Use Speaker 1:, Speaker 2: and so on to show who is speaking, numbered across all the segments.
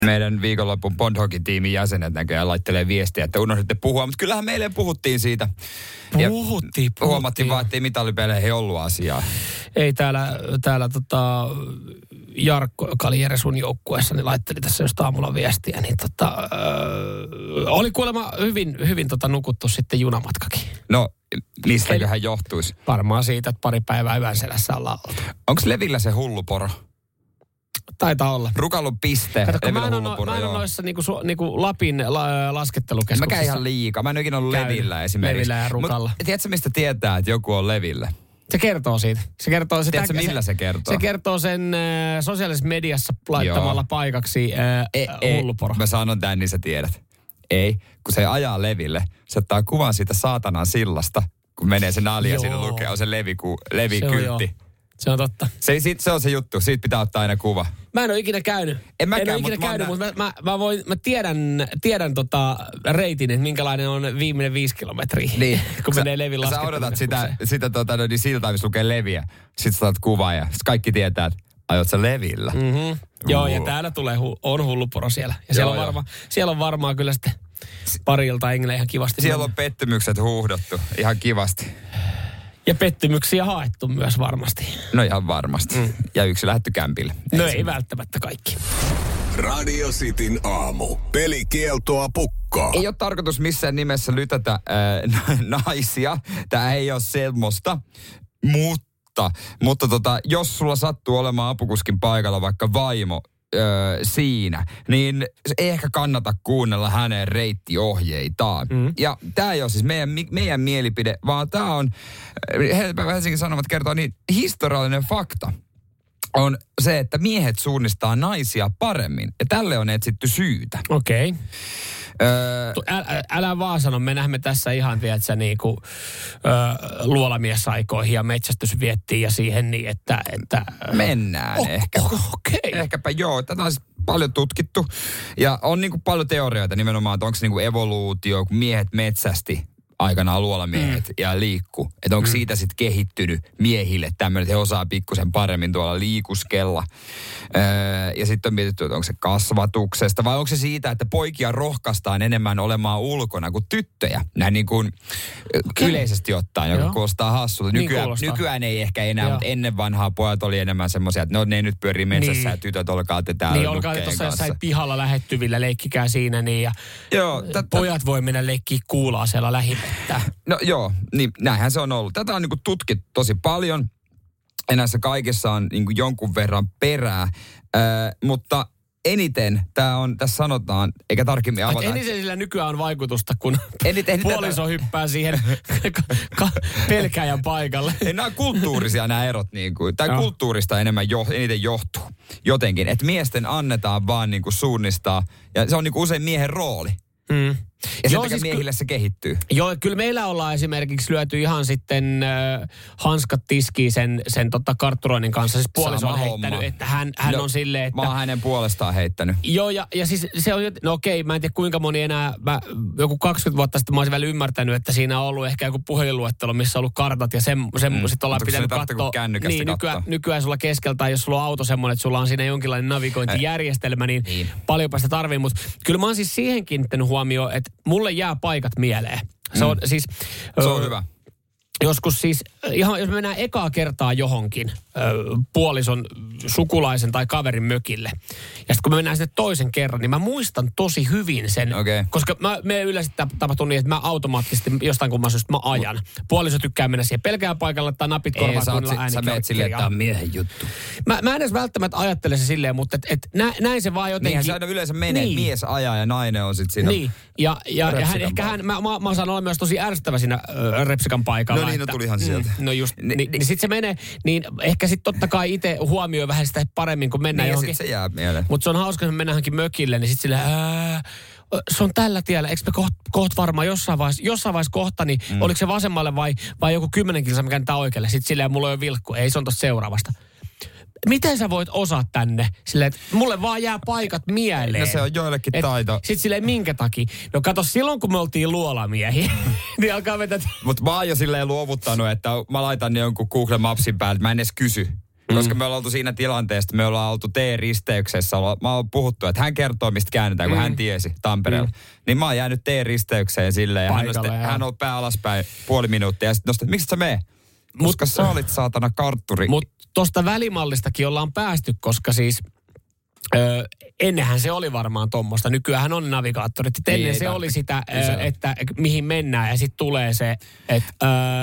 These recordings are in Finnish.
Speaker 1: Meidän viikonlopun Bondhockey-tiimin jäsenet näköjään laittelee viestiä, että unohditte puhua, mutta kyllähän meille puhuttiin siitä.
Speaker 2: Puhuttiin.
Speaker 1: Huomattiin vaan, että ei mitallipeleihin ollut asiaa.
Speaker 2: Ei täällä Jarkko, joka oli Jere sun joukkueessa, niin laitteli tässä just aamulla viestiä. Niin oli kuulemma hyvin nukuttu sitten junamatkakin.
Speaker 1: No, mistäköhän johtuisi?
Speaker 2: Varmaan siitä, että pari päivää yön selässä ollaan oltu.
Speaker 1: Onko Levillä se hulluporo?
Speaker 2: Taitaa olla.
Speaker 1: Rukalun piste.
Speaker 2: Kato, mä en ole noissa niinku Lapin laskettelukeskuksissa.
Speaker 1: Mä käyn ihan liikaa. Mä en ole ikinä ollut Levillä esimerkiksi.
Speaker 2: Levillä ja Rukalla.
Speaker 1: Mut tiedätkö, mistä tietää, että joku on Levillä?
Speaker 2: Se kertoo siitä.
Speaker 1: Tiedätkö, millä se kertoo?
Speaker 2: Se kertoo sen sosiaalisessa mediassa laittamalla paikaksi hulluporo.
Speaker 1: Mä sanon tän, niin sä tiedät. Ei, kun se ajaa Leville. Se ottaa kuvan siitä saatanan sillasta, kun menee se nalja siinä lukee. On se levikyltti.
Speaker 2: Se on totta.
Speaker 1: Se on se juttu. Siitä pitää ottaa aina kuva.
Speaker 2: Mä en ole ikinä käynyt. En ole ikinä käynyt, mutta mä tiedän reitin, että minkälainen on viimeinen 5 kilometriä, niin. Kun menee Levin laskettelukeskukseen.
Speaker 1: Sä odotat niin siltaa, missä lukee Leviä. Sitten sä otat kuvaa ja kaikki tietää, että aiot sä Levillä.
Speaker 2: Mm-hmm. Joo, ja täällä on hulluporo siellä. Ja siellä on varmaan kyllä sitten pari iltaa Englellä ihan kivasti.
Speaker 1: Siellä on pettymykset huuhdottu ihan kivasti.
Speaker 2: Ja pettymyksiä haettu myös varmasti.
Speaker 1: No ihan varmasti. Ja yksi lähetty kämpille.
Speaker 2: No ei välttämättä kaikki.
Speaker 3: Radio Cityn aamu. Pelikieltoa pukkaa.
Speaker 1: Ei ole tarkoitus missään nimessä lytätä naisia. Tää ei ole semmoista. Mutta jos sulla sattuu olemaan apukuskin paikalla vaikka vaimo siinä, niin ei ehkä kannata kuunnella hänen reittiohjeitaan. Ja tämä ei ole siis meidän mielipide, vaan tämä on, Helsingin Sanomat kertoo, niin historiallinen fakta on se, että miehet suunnistaa naisia paremmin. Ja tälle on etsitty syytä.
Speaker 2: Okei. Älä vaan sano, me näemme tässä ihan, tiedätkö, niinku luolamiessaikoihin ja metsästysviettiin ja siihen niin, että
Speaker 1: mennään ehkä.
Speaker 2: Okei.
Speaker 1: Ehkäpä joo. Tätä on paljon tutkittu ja on niinku paljon teorioita nimenomaan, että onko se niinku evoluutio, kun miehet metsästi aikanaan luolamiehet ja liikku. Että onko siitä sitten kehittynyt miehille tämmöinen, että he osaa pikkusen paremmin tuolla liikuskella. Ja sitten on mietitty, että onko se kasvatuksesta vai onko se siitä, että poikia rohkaistaan enemmän olemaan ulkona kuin tyttöjä. Näin niin kuin yleisesti ottaen, joka kuulostaa hassulta. Nykyään ei ehkä enää, mutta ennen vanhaa pojat oli enemmän semmoisia, että ne nyt pyörii metsässä ja tytöt olkaa te täällä
Speaker 2: nukkeen kanssa. Niin, olkaa te tuossa jossain pihalla lähettyvillä, leikkikää siinä niin ja pojat voi mennä leikkiä kuulaa siellä lähivettä.
Speaker 1: No joo, niin näinhän se on ollut. Tätä on niinku tutkittu tosi paljon. Ja näissä kaikissa on niinku jonkun verran perää. Mutta eniten tässä sanotaan, eikä tarkemmin avata.
Speaker 2: Eniten sillä nykyään on vaikutusta, kun puoliso hyppää siihen pelkääjän paikalle.
Speaker 1: Ei, nämä on kulttuurisia nämä erot. Tai kulttuurista eniten johtuu jotenkin. Että miesten annetaan vaan niinku suunnistaa. Ja se on niinku usein miehen rooli. Ja sen takia miehille se kehittyy. Joo,
Speaker 2: kyllä meillä ollaan esimerkiksi lyöty ihan sitten hanskat tiskiin sen kartturoinnin kanssa. Siis puoliso on heittänyt, että hän on silleen, että...
Speaker 1: Mä oon hänen puolestaan heittänyt.
Speaker 2: Joo, ja siis se on... No okei, mä en tiedä kuinka moni enää... Joku 20 vuotta sitten mä olisin vielä ymmärtänyt, että siinä on ollut ehkä joku puhelinluettelo, missä on ollut kartat ja sitten ollaan pitänyt katsoa... Niin, nykyään sulla keskeltä, jos sulla on auto semmoinen, että sulla on siinä jonkinlainen navigointijärjestelmä, niin paljonpa sitä tarvii. Mutta kyllä mä oon siis siihen kiinnittänyt huomioon, että mulle jää paikat mieleen. Se on siis...
Speaker 1: Se on hyvä.
Speaker 2: Joskus siis, ihan jos me mennään ekaa kertaa johonkin puolison sukulaisen tai kaverin mökille. Ja sitten kun me mennään sitten toisen kerran, niin mä muistan tosi hyvin sen.
Speaker 1: Okay.
Speaker 2: Koska me yleensä tapahtuu niin, että mä automaattisesti jostain kumman syystä mä ajan. Puoliso tykkää mennä siihen pelkään paikalle tai napit korvaan kuunnella äänikirjaa.
Speaker 1: Sä menet silleen, että on miehen juttu.
Speaker 2: Mä en edes välttämättä ajattele se silleen, mutta näin se vaan jotenkin...
Speaker 1: Niinhän se aina yleensä menee, niin. Mies ajaa ja nainen on sitten siinä.
Speaker 2: Niin, ja mä osaan olla myös tosi ärsyttävä siinä repsikan paikalla.
Speaker 1: No niin, tulihan sieltä.
Speaker 2: No just, niin sit se menee, niin ehkä sit totta kai itse huomioi vähän sitä paremmin, kun mennään
Speaker 1: niin,
Speaker 2: johonkin.
Speaker 1: Sit se jää mieleen.
Speaker 2: Mutta se on hauska, kun mennään johonkin mökille, niin sit silleen, se on tällä tiellä, eikö me kohta varmaan jossain vaiheessa kohta, niin oliko se vasemmalle vai joku 10 kilsaa, mikä tämä oikealle. Sitten silleen, mulla on jo vilkku, ei se on tosta seuraavasta. Miten sä voit osaa tänne? Silleen, että mulle vaan jää paikat mieleen.
Speaker 1: No se on joillekin taito.
Speaker 2: Sitten silleen, minkä takia? No kato, silloin kun me oltiin luolamiehiä, niin alkaa vetää...
Speaker 1: Mutta mä oon jo silleen luovuttanut, että mä laitan jonkun Google Mapsin päälle, että mä en edes kysy. Koska me ollaan oltu siinä tilanteesta, me ollaan oltu T-risteyksessä. Mä oon puhuttu, että hän kertoo, mistä käännetään, kun hän tiesi Tampereella. Niin mä oon jäänyt T-risteykseen silleen. Ja hän on pää alaspäin puoli minuuttia. Ja sitten nostaa, miksi sä mee? Koska sä olit saatana kartturi.
Speaker 2: Mutta tosta välimallistakin ollaan päästy, koska siis ennenhän se oli varmaan tommoista. Nykyäänhän on navigaattorit. Ennen se oli sitä, että mihin mennään ja sitten tulee se, että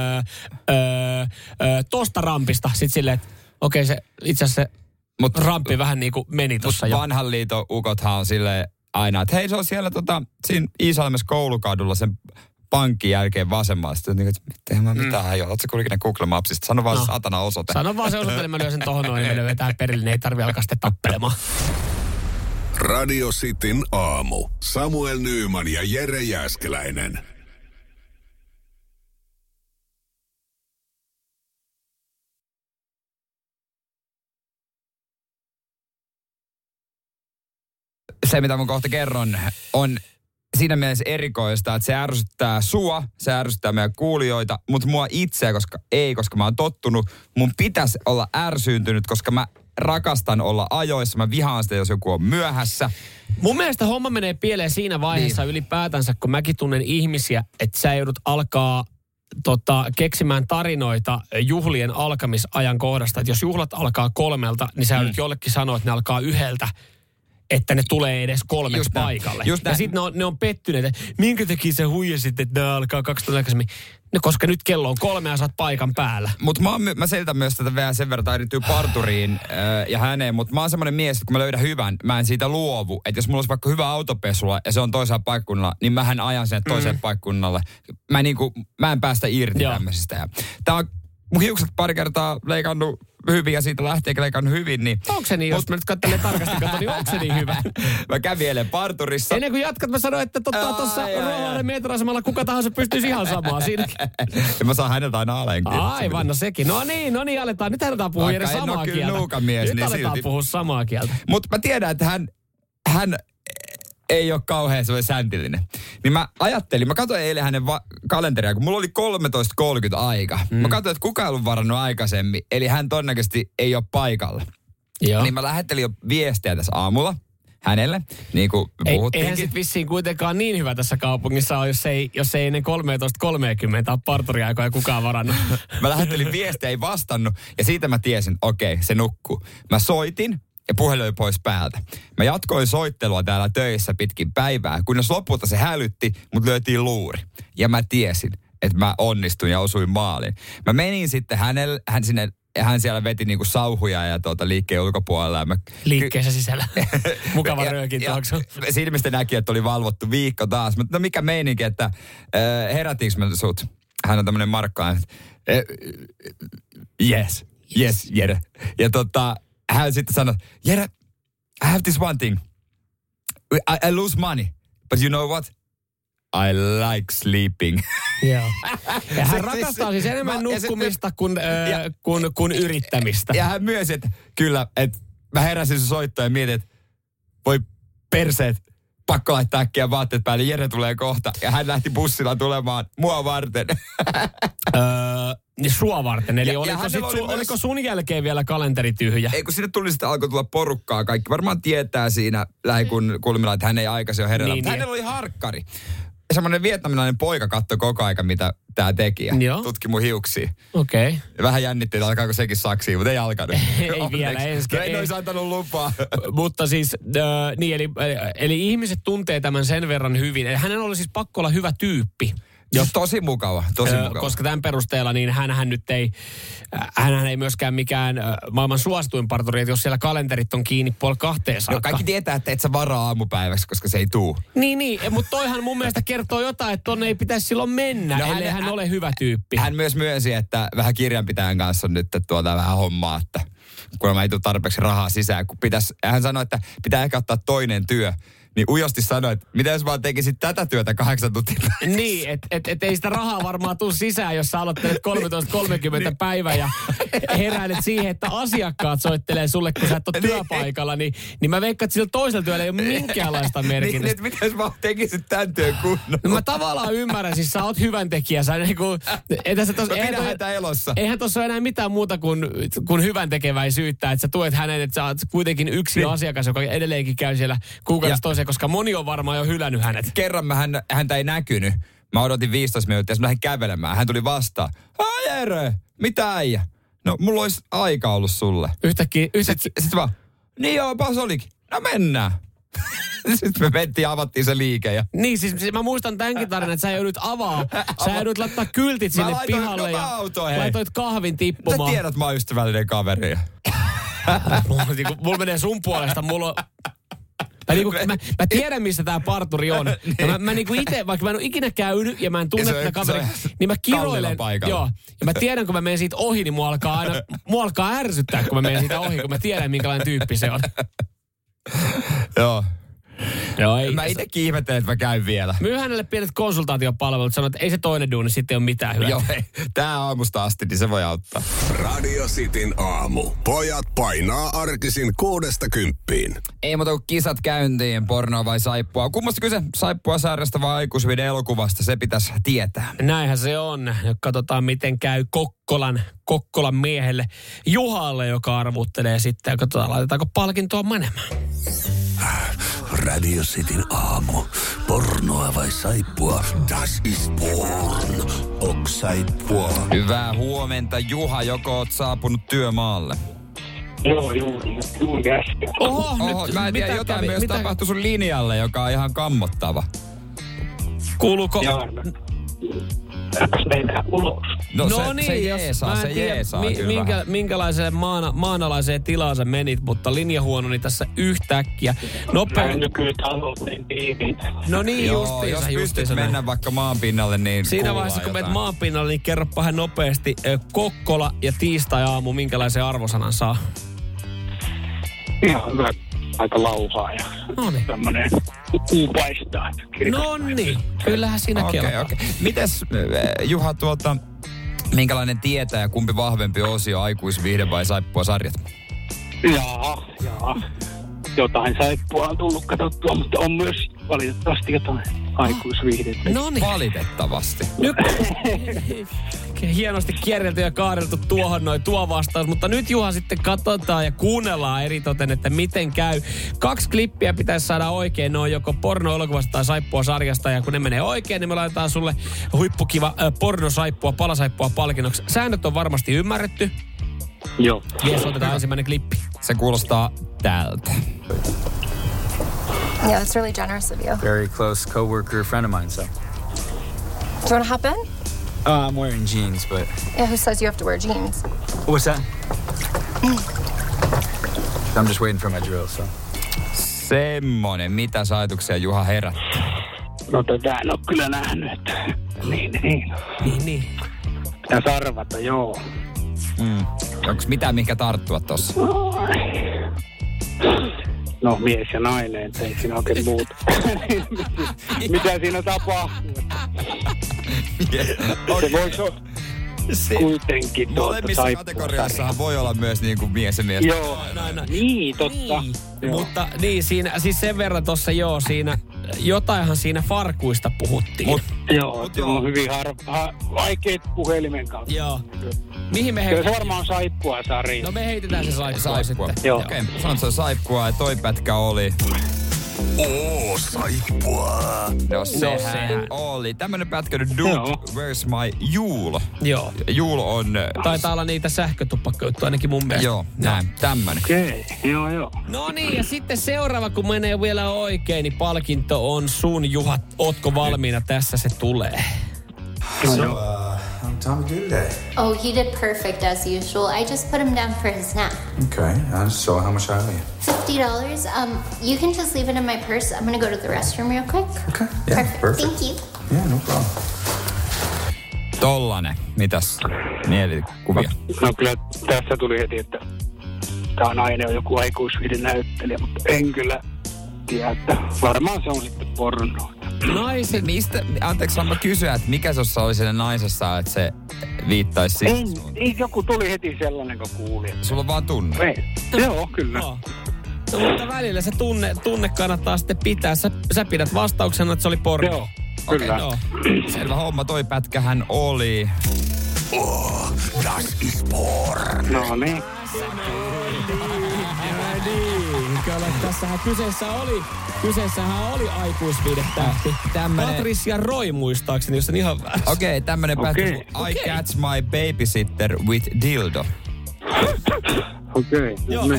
Speaker 2: tosta rampista. Sitten silleen, että okei, se itse asiassa se rampi vähän niin kuin meni tuossa jo.
Speaker 1: Vanhan liiton ukothan on silleen aina, että hei, se on siellä siinä Iisalmessa koulukadulla sen pankin jälkeen vasemmalla. Sitten että eihän mä mitään jo. Ootko kuitenkin Google Mapsista? Sano vaan se satana osoite.
Speaker 2: Sano vaan se osoite, niin mä lyön sen tohon noin, niin me löydetään perille, niin ei tarvitse alkaa sitten tappelemaan.
Speaker 3: Radio Cityn aamu. Samuel Nyyman ja Jere Jääskeläinen.
Speaker 1: Se, mitä mä kohta kerron, on siinä mielessä erikoista, että se ärsyttää sua, se ärsyttää meidän kuulijoita, mutta mua itseä, koska mä oon tottunut. Mun pitäisi olla ärsyyntynyt, koska mä rakastan olla ajoissa. Mä vihaan sitä, jos joku on myöhässä.
Speaker 2: Mun mielestä homma menee pieleen siinä vaiheessa ylipäätänsä, kun mäkin tunnen ihmisiä, että sä joudut alkaa keksimään tarinoita juhlien alkamisajan kohdasta. Että jos juhlat alkaa 3, niin sä joudut jollekin sanoa, että ne alkaa 1, että ne tulee edes 3 paikalle. Ja sitten ne on pettyneet, että minkä takia sä huijasit, että ne alkaa 2 tuntia aikaisemmin. No koska nyt kello on 3 ja sä oot paikan päällä.
Speaker 1: Mutta mä selitän myös tätä vähän sen verran, erityy parturiin ja häneen, mutta mä oon semmoinen mies, että kun mä löydän hyvän, mä en siitä luovu. Että jos mulla olisi vaikka hyvä autopesula ja se on toisella paikkunnalla, niin mähän ajan sen toiselle paikkunnalle. Mä en päästä irti tämmöisistä. Ja tää on mun hiukset pari kertaa leikannut hyvin ja siitä lähtee leikannut hyvin. Niin,
Speaker 2: onko se niin, jos mä nyt katselen tarkasti, niin onko se niin hyvä?
Speaker 1: Mä kävin eilen parturissa.
Speaker 2: Ennen kuin jatkat, mä sanoin, että tuossa Ruoholahden metroasemalla kuka tahansa pystyisi ihan samaan siinäkin.
Speaker 1: Ja mä saan häneltä aina alenkin.
Speaker 2: Aivan, no sekin. No niin, aletaan. Nyt aletaan puhua Jere samaa kieltä.
Speaker 1: Mies,
Speaker 2: nyt
Speaker 1: niin
Speaker 2: aletaan
Speaker 1: silti
Speaker 2: puhua samaa kieltä.
Speaker 1: Mutta mä tiedän, että hän ei ole kauhean sellainen säntillinen. Niin mä katsoin eilen hänen kalenteria, kun mulla oli 13.30 aika. Mä katsoin, että kukaan ei ollut varannut aikaisemmin, eli hän todennäköisesti ei ole paikalla.
Speaker 2: Joo.
Speaker 1: Niin mä lähettelin jo viestiä tässä aamulla hänelle, niin kuin puhuttiinkin.
Speaker 2: Eihän sit vissiin kuitenkaan niin hyvä tässä kaupungissa ole, jos ei ennen 13.30 ole parturiaikoja kukaan varannut.
Speaker 1: Mä lähettelin viestiä, ei vastannut, ja siitä mä tiesin, okei, se nukkuu. Mä soitin, ja puhelin oli pois päältä. Mä jatkoin soittelua täällä töissä pitkin päivää, kunnes lopulta se hälytti, mutta löytiin luuri. Ja mä tiesin, että mä onnistuin ja osuin maaliin. Mä menin sitten hän siellä veti niinku sauhuja ja liikkeen ulkopuolella.
Speaker 2: Liikkeessä sisällä. Mukava röökin tuoksu.
Speaker 1: Silmistä näki, että oli valvottu viikko taas. Mutta no mikä meininki, että herätiinkö mä sut? Hän on tämmönen markkaan. Yes, Jere. Ja hän sitten sanoi, Jere, I have this one thing. I lose money. But you know what? I like sleeping.
Speaker 2: Joo. Ja hän rakastaa siis enemmän nukkumista kuin yrittämistä.
Speaker 1: Ja hän myönsi, että kyllä, että mä heräsin sun soittoon ja mietin, että voi perseet, pakko laittaa äkkiä vaatteet päälle, Jere tulee kohta. Ja hän lähti bussilla tulemaan mua varten.
Speaker 2: Sua varten, eli oliko sun jälkeen vielä kalenteri tyhjä?
Speaker 1: Ei, kun sinne tuli sitten, alkoi tulla porukkaa. Kaikki varmaan tietää siinä lähikulmilla, että hän ei aikaisin ole herällä. Mutta hänellä oli harkkari. Semmoinen vietnamilainen poika katsoi koko aika, mitä tää teki. Ja tutki mun hiuksia.
Speaker 2: Okei. Okay.
Speaker 1: Vähän jännitti, että alkaako sekin saksiin, mutta ei alkanut.
Speaker 2: Ei vielä ensin.
Speaker 1: Ei olisi antanut lupaa.
Speaker 2: Mutta siis, eli ihmiset tuntee tämän sen verran hyvin. Eli hänen oli siis pakko olla hyvä tyyppi.
Speaker 1: Tosi mukava.
Speaker 2: Koska tämän perusteella niin hänhän ei myöskään mikään maailman suosituin parturi, että jos siellä kalenterit on kiinni 1:30 saakka.
Speaker 1: Joo, kaikki tietää, että et sä varaa aamupäiväksi, koska se ei tuu.
Speaker 2: Niin, mutta toihan mun mielestä kertoo jotain, että tonne ei pitäisi silloin mennä, ellei hän ole hyvä tyyppi.
Speaker 1: Hän myös myönsi, että vähän kirjanpitäjän kanssa on nyt vähän hommaa, että kun mä ei tule tarpeeksi rahaa sisään, hän sanoi, että pitää ehkä ottaa toinen työ. niin ujosti sanoi, että mitä jos vaan tekisit tätä työtä 8 tuntia päivässä.
Speaker 2: Niin, että ei sitä rahaa varmaan tule sisään, jos sä aloittelet 13.30 päivä ja heräilet siihen, että asiakkaat soittelee sulle, kun sä et ole työpaikalla, niin mä veikkaan, että sillä toisella työllä ei ole minkäänlaista merkitystä.
Speaker 1: Niin, että mitä jos vaan tekisit tämän työn kunnolla?
Speaker 2: No mä tavallaan ymmärrän, siis sä oot hyvän tekijä. Sä niinku,
Speaker 1: pidän häntä elossa.
Speaker 2: Eihän tossa ole enää mitään muuta kuin hyvän tekeväisyyttä, että sä tuet hänen, että sä oot kuitenkin yksi asiakas, joka edelleenkin käy siellä kuukaudessa toiseen, koska moni on varmaan jo hylännyt hänet.
Speaker 1: Kerran häntä ei näkynyt. Mä odotin 15 minuuttia, ja mä lähdin kävelemään. Hän tuli vastaan. Jere, mitä äijä? No, mulla olisi aika ollut sulle.
Speaker 2: Yhtäkkiä.
Speaker 1: Sitten vaan, niin joo, pas olikin. No mennään. Sitten me mentiin ja avattiin se liike. Ja...
Speaker 2: Niin, siis mä muistan tämänkin tarinan, että sä joudut Sä joudut laittaa kyltit sinne pihalle ja laitoit kahvin tippumaan.
Speaker 1: Sä tiedät, mä oon ystävällinen kaveri.
Speaker 2: Mulla menee sun puolesta, Mä tiedän, missä tää parturi on. Ja mä niinku ite, vaikka mä en ole ikinä käynyt ja mä en tunne tätä kaveria, niin mä kiroilen. Joo. Ja mä tiedän, kun mä menen siitä ohi, niin mua alkaa ärsyttää, kun mä menen siitä ohi, kun mä tiedän, minkälainen tyyppi se on.
Speaker 1: Joo.
Speaker 2: Joo, ei.
Speaker 1: Mä itsekin ihmettelen, että mä käyn vielä.
Speaker 2: Myy hänelle pienet konsultaatiopalvelut, sanoo, että ei se toinen duuni sitten ole mitään hyötyä.
Speaker 1: Joo, tää aamusta asti, niin se voi auttaa.
Speaker 3: Radio Cityn aamu. Pojat painaa arkisin 6–10.
Speaker 1: Ei muuta kuin kisat käyntiin, pornoa vai saippua. Kummasta kyse, saippua sarjasta vai aikuisviiden elokuvasta, se pitäisi tietää.
Speaker 2: Näinhän se on. Katsotaan, miten käy Kokkolan miehelle Juhalle, joka arvuttelee sitten. Ja katsotaan, laitetaanko palkintoa menemään.
Speaker 3: Radio Cityn aamu. Pornoa vai saippua? Das ist porn. Ok saippua.
Speaker 1: Hyvää huomenta, Juha. Joko oot saapunut työmaalle?
Speaker 4: Joo, juuri äsken.
Speaker 1: Oho, mä en tiedä, jotain myös tapahtui sun linjalle, joka on ihan kammottava.
Speaker 2: Kuuluuko?
Speaker 4: Mennään ulos.
Speaker 1: No se jeesaa
Speaker 2: kyllä. Minkälaiseen maanalaiseen tilaan sä menit, mutta linja huononi tässä yhtäkkiä.
Speaker 4: Nykytalouden tiiviin.
Speaker 2: No niin,
Speaker 1: joo, jos pystyt mennä vaikka maanpinnalle, niin
Speaker 2: siinä vaiheessa, kun menet maanpinnalle, niin kerropahan nopeasti Kokkola ja tiistai-aamu, minkälaisen arvosanan saa?
Speaker 4: Ihan hyvä. Aika lauhaa ja tämmönen kuu paistaa.
Speaker 2: No niin, kyllähän siinä kelpaa.
Speaker 1: Okay. Mites Juha, minkälainen tietää ja kumpi vahvempi osio, aikuisviihde vai saippua sarjat?
Speaker 4: Jaa. Jotain saippua on tullut katsottua, mutta on myös valitettavasti jotain aikuisviihdettä.
Speaker 2: No niin.
Speaker 1: Valitettavasti.
Speaker 2: Nyt hienosti kierrelty ja kaareltu tuo vastaus, mutta nyt Juha sitten katsotaan ja kuunnellaan eritoten, että miten käy. 2 klippiä pitäisi saada oikein, ne on joko porno-elokuvasta tai saippua sarjasta, ja kun ne menee oikein, niin me laitetaan sulle huippukiva pornosaippua, palasaippua palkinnoksi. Säännöt on varmasti ymmärretty.
Speaker 4: Joo.
Speaker 2: Jes, otetaan ensimmäinen klippi.
Speaker 1: Se kuulostaa tältä.
Speaker 5: Yeah, that's really generous of you.
Speaker 6: Very close coworker, friend of mine, so.
Speaker 5: Do you want to hop in?
Speaker 6: I'm wearing jeans, but...
Speaker 5: Yeah, who says you have to wear jeans?
Speaker 6: What's that? I'm just waiting for my drill, so.
Speaker 1: Semmonen. Mitä ajatuksia Juha herätti?
Speaker 4: No tätä en ole kyllä nähnyt, että... Niin. Pitäisi arvata, joo.
Speaker 1: Onko mitään mihinkä tarttua tossa?
Speaker 4: No, mies ja nainen, että ei siinä oikein muuta. Mitä siinä tapahtuu? Se voisi olla kuitenkin
Speaker 1: molemmissa kategoriassahan voi olla myös niin kuin mies ja mies.
Speaker 4: Joo, niin, totta.
Speaker 2: Niin. Mutta niin, siinä, siis sen verran tossa siinä, jotainhan siinä farkuista puhuttiin.
Speaker 4: Joo, on hyvin vaikeat puhelimen kautta.
Speaker 2: Joo. Mihin me
Speaker 4: heitetään? Se varmaan saippua sarja.
Speaker 2: No me heitetään se saippua sitten.
Speaker 4: Joo.
Speaker 1: Okei, sanot, että se on saippua ja toi pätkä oli...
Speaker 3: Saippua.
Speaker 1: No sehän oli. Tämmönen pätkä, Dude, Where's My Juul?
Speaker 2: Joo.
Speaker 1: Juul on...
Speaker 2: Taitaa olla niitä sähkötupakkajuttuja ainakin mun mielestä.
Speaker 1: Joo, näin. Tämmönen.
Speaker 4: Okei, joo.
Speaker 2: No niin, ja sitten seuraava, kun menee vielä oikein, niin palkinto on sun, Juha. Ootko valmiina? Tässä se tulee.
Speaker 6: How'd Tommy do today?
Speaker 7: Oh, he did perfect as usual. I just put him down for his nap.
Speaker 6: Okay, so how much I owe you?
Speaker 7: $50. You can just leave it in my purse. I'm gonna go to the restroom real quick.
Speaker 6: Okay, yeah, perfect.
Speaker 7: Thank you.
Speaker 6: Yeah, no problem.
Speaker 1: Tollanen. Mitäs mielikuvia?
Speaker 4: No kyllä tässä tuli heti, että tämä nainen on joku aikuisviiden näyttelijä, mutta en kyllä tiedä, että varmaan se on sitten pornoa.
Speaker 1: Naiset, mistä, anteeksi, saan mä kysyä, että mikä sussa oli siinä naisessa, että se viittaisi siihen?
Speaker 4: Ei, joku tuli heti sellainen, kun kuuli.
Speaker 1: Sulla on vaan tunne?
Speaker 4: Ei. Joo, kyllä.
Speaker 2: No, mutta välillä se tunne kannattaa sitten pitää. Sä pidät vastauksena, että se oli porno.
Speaker 4: Joo, kyllä.
Speaker 1: Okay, selvä homma, toi pätkähän oli.
Speaker 3: Oh, das ist porn.
Speaker 4: No niin.
Speaker 2: Kyseessähän oli aikuisviihdetähti. Patricia Roy muistaakseni, jos on ihan väärässä.
Speaker 1: Okei, tämmönen pätkä. I catch my babysitter with dildo.
Speaker 4: Okei.
Speaker 2: Joo.